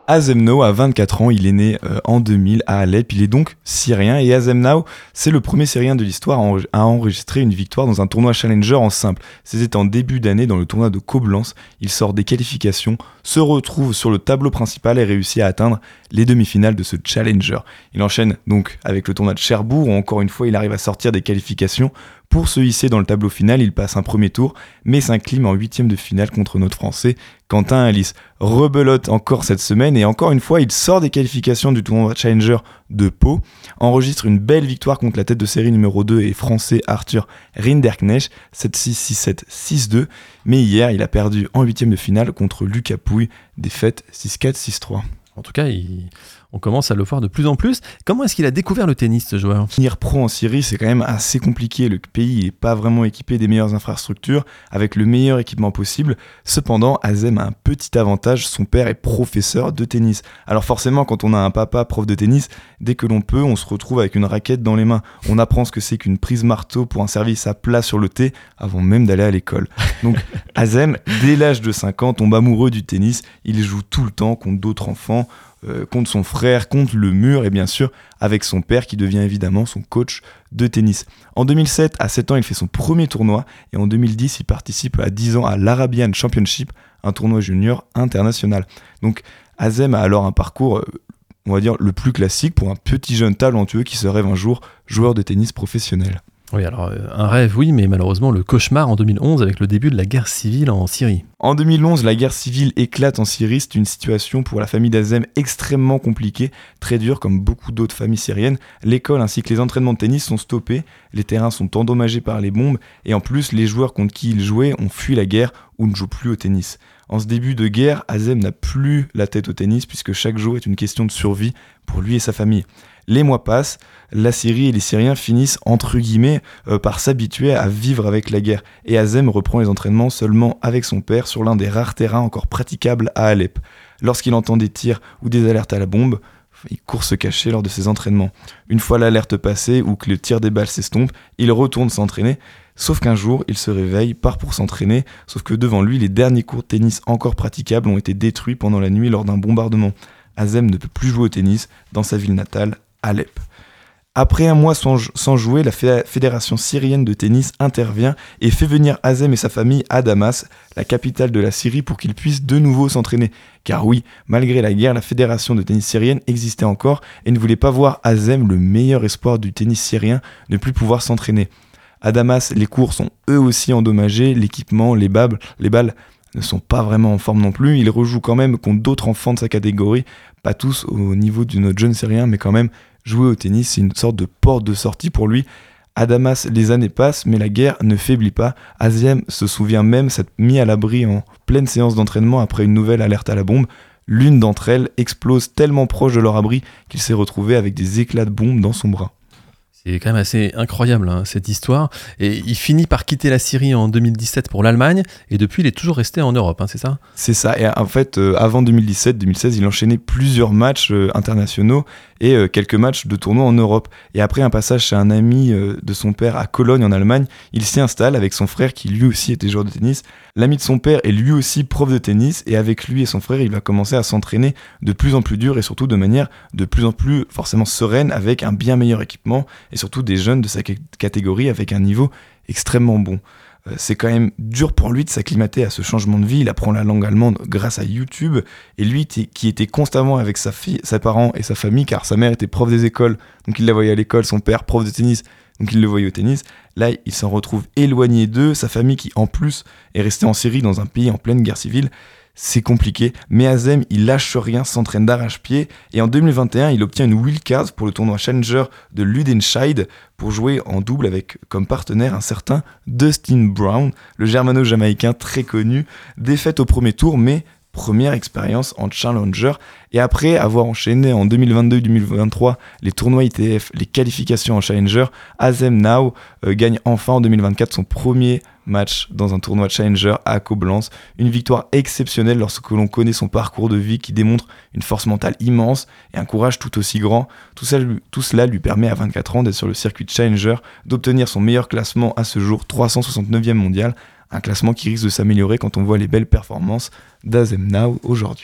Azem Now a vingt-quatre ans, il est né euh, en deux mille à Alep, il est donc syrien et Azem Now, c'est le premier syrien de l'histoire à, en- à enregistrer une victoire dans un tournoi Challenger en simple. C'était en début d'année dans le tournoi de Koblenz, il sort des qualifications, se retrouve sur le tableau principal et réussit à atteindre les demi-finales de ce Challenger. Il enchaîne donc avec le tournoi de Cherbourg où encore une fois il arrive à sortir des qualifications. Pour se hisser dans le tableau final, il passe un premier tour, mais s'incline en huitième de finale contre notre Français, Quentin Alice. Rebelote encore cette semaine, et encore une fois, il sort des qualifications du tournoi Challenger de Pau, enregistre une belle victoire contre la tête de série numéro deux et français Arthur Rinderknecht, sept six, six sept, six deux, mais hier, il a perdu en huitième de finale contre Lucas Pouille, défaite six quatre, six trois. En tout cas, il... on commence à le voir de plus en plus. Comment est-ce qu'il a découvert le tennis, ce joueur ? Devenir pro en Syrie, c'est quand même assez compliqué. Le pays n'est pas vraiment équipé des meilleures infrastructures, avec le meilleur équipement possible. Cependant, Azem a un petit avantage, son père est professeur de tennis. Alors forcément, quand on a un papa prof de tennis, dès que l'on peut, on se retrouve avec une raquette dans les mains. On apprend ce que c'est qu'une prise marteau pour un service à plat sur le tee, avant même d'aller à l'école. Donc Azem, dès l'âge de cinq ans, tombe amoureux du tennis. Il joue tout le temps contre d'autres enfants, Euh, contre son frère, contre le mur et bien sûr avec son père qui devient évidemment son coach de tennis. En deux mille sept, à sept ans, il fait son premier tournoi et en deux mille dix, il participe à dix ans à l'Arabian Championship, un tournoi junior international. Donc Azem a alors un parcours, euh, on va dire, le plus classique pour un petit jeune talentueux qui se rêve un jour joueur de tennis professionnel. Oui, alors euh, un rêve, oui, mais malheureusement le cauchemar en deux mille onze avec le début de la guerre civile en Syrie. En deux mille onze, la guerre civile éclate en Syrie. C'est une situation pour la famille d'Azem extrêmement compliquée, très dure comme beaucoup d'autres familles syriennes. L'école ainsi que les entraînements de tennis sont stoppés, les terrains sont endommagés par les bombes et en plus les joueurs contre qui il jouait ont fui la guerre ou ne jouent plus au tennis. En ce début de guerre, Azem n'a plus la tête au tennis puisque chaque jour est une question de survie pour lui et sa famille. Les mois passent, la Syrie et les Syriens finissent entre guillemets euh, par s'habituer à vivre avec la guerre et Azem reprend les entraînements seulement avec son père sur l'un des rares terrains encore praticables à Alep. Lorsqu'il entend des tirs ou des alertes à la bombe, il court se cacher lors de ses entraînements. Une fois l'alerte passée ou que le tir des balles s'estompe, il retourne s'entraîner. Sauf qu'un jour, il se réveille, part pour s'entraîner, sauf que devant lui, les derniers cours de tennis encore praticables ont été détruits pendant la nuit lors d'un bombardement. Azem ne peut plus jouer au tennis dans sa ville natale, Alep. Après un mois sans, sans jouer, la fédération syrienne de tennis intervient et fait venir Azem et sa famille à Damas, la capitale de la Syrie, pour qu'ils puissent de nouveau s'entraîner. Car oui, malgré la guerre, la fédération de tennis syrienne existait encore et ne voulait pas voir Azem, le meilleur espoir du tennis syrien, ne plus pouvoir s'entraîner. À Damas, les cours sont eux aussi endommagés, l'équipement, les, bab- les balles ne sont pas vraiment en forme non plus. Il rejoue quand même contre d'autres enfants de sa catégorie, pas tous au niveau de notre jeune syrien, mais quand même, jouer au tennis, c'est une sorte de porte de sortie pour lui. À Damas, les années passent, mais la guerre ne faiblit pas. Azem se souvient même s'être mis à l'abri en pleine séance d'entraînement après une nouvelle alerte à la bombe. L'une d'entre elles explose tellement proche de leur abri qu'il s'est retrouvé avec des éclats de bombe dans son bras. C'est quand même assez incroyable hein, cette histoire. Et il finit par quitter la Syrie en deux mille dix-sept pour l'Allemagne et depuis il est toujours resté en Europe, hein, c'est ça ? C'est ça. Et en fait, euh, avant deux mille dix-sept deux mille seize, il enchaînait plusieurs matchs euh, internationaux et euh, quelques matchs de tournois en Europe. Et après un passage chez un ami euh, de son père à Cologne en Allemagne, il s'y installe avec son frère qui lui aussi était joueur de tennis. L'ami de son père est lui aussi prof de tennis et avec lui et son frère, il va commencer à s'entraîner de plus en plus dur et surtout de manière de plus en plus forcément sereine avec un bien meilleur équipement et surtout des jeunes de sa c- catégorie avec un niveau extrêmement bon. Euh, c'est quand même dur pour lui de s'acclimater à ce changement de vie. Il apprend la langue allemande grâce à YouTube et lui t- qui était constamment avec sa fille, ses parents et sa famille car sa mère était prof des écoles, donc il la voyait à l'école, son père prof de tennis, donc il le voyait au tennis. Là, il s'en retrouve éloigné d'eux, sa famille qui en plus est restée en Syrie dans un pays en pleine guerre civile. C'est compliqué, mais Azem, il lâche rien, s'entraîne d'arrache-pied et en deux mille vingt et un, il obtient une wildcard pour le tournoi Challenger de Ludenscheid pour jouer en double avec comme partenaire un certain Dustin Brown, le germano-jamaïcain très connu, défaite au premier tour, mais première expérience en Challenger. Et après avoir enchaîné en deux mille vingt-deux deux mille vingt-trois les tournois I T F, les qualifications en Challenger, Azem Now euh, gagne enfin en deux mille vingt-quatre son premier match dans un tournoi Challenger à Koblenz. Une victoire exceptionnelle lorsque l'on connaît son parcours de vie qui démontre une force mentale immense et un courage tout aussi grand. Tout, ça, tout cela lui permet à vingt-quatre ans d'être sur le circuit Challenger, d'obtenir son meilleur classement à ce jour, trois cent soixante-neuvième mondial. Un classement qui risque de s'améliorer quand on voit les belles performances d'Azem Now aujourd'hui.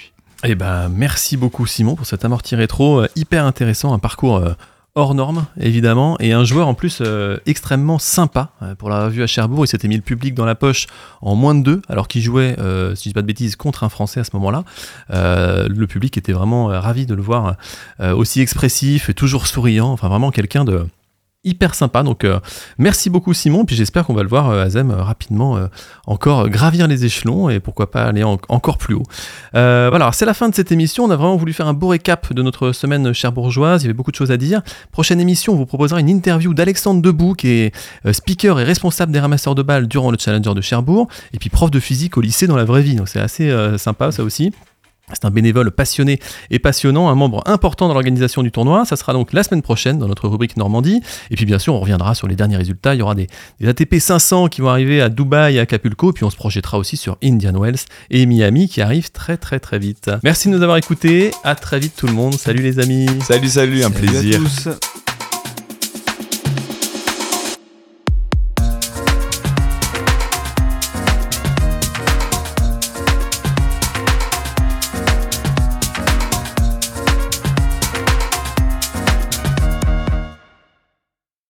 Eh ben, merci beaucoup Simon pour cet amorti rétro euh, hyper intéressant, un parcours euh, hors norme évidemment, et un joueur en plus euh, extrêmement sympa. Euh, pour l'avoir vu à Cherbourg, il s'était mis le public dans la poche en moins de deux, alors qu'il jouait, euh, si je dis pas de bêtises, contre un Français à ce moment-là. Euh, le public était vraiment euh, ravi de le voir euh, aussi expressif et toujours souriant, enfin vraiment quelqu'un de hyper sympa. Donc euh, merci beaucoup Simon, puis j'espère qu'on va le voir euh, Azem euh, rapidement euh, encore gravir les échelons et pourquoi pas aller en- encore plus haut. Euh, voilà, alors c'est la fin de cette émission. On a vraiment voulu faire un beau récap de notre semaine cherbourgeoise, il y avait beaucoup de choses à dire. Prochaine émission, on vous proposera une interview d'Alexandre Debout, qui est euh, speaker et responsable des ramasseurs de balles durant le Challenger de Cherbourg, et puis prof de physique au lycée dans la vraie vie, donc c'est assez euh, sympa ça aussi. C'est un bénévole passionné et passionnant, un membre important dans l'organisation du tournoi. Ça sera donc la semaine prochaine dans notre rubrique Normandie. Et puis bien sûr, on reviendra sur les derniers résultats. Il y aura des, des A T P cinq cents qui vont arriver à Dubaï et à Acapulco. Et puis on se projettera aussi sur Indian Wells et Miami qui arrivent très très très vite. Merci de nous avoir écoutés. À très vite tout le monde. Salut les amis. Salut, salut, un Salut à plaisir. tous.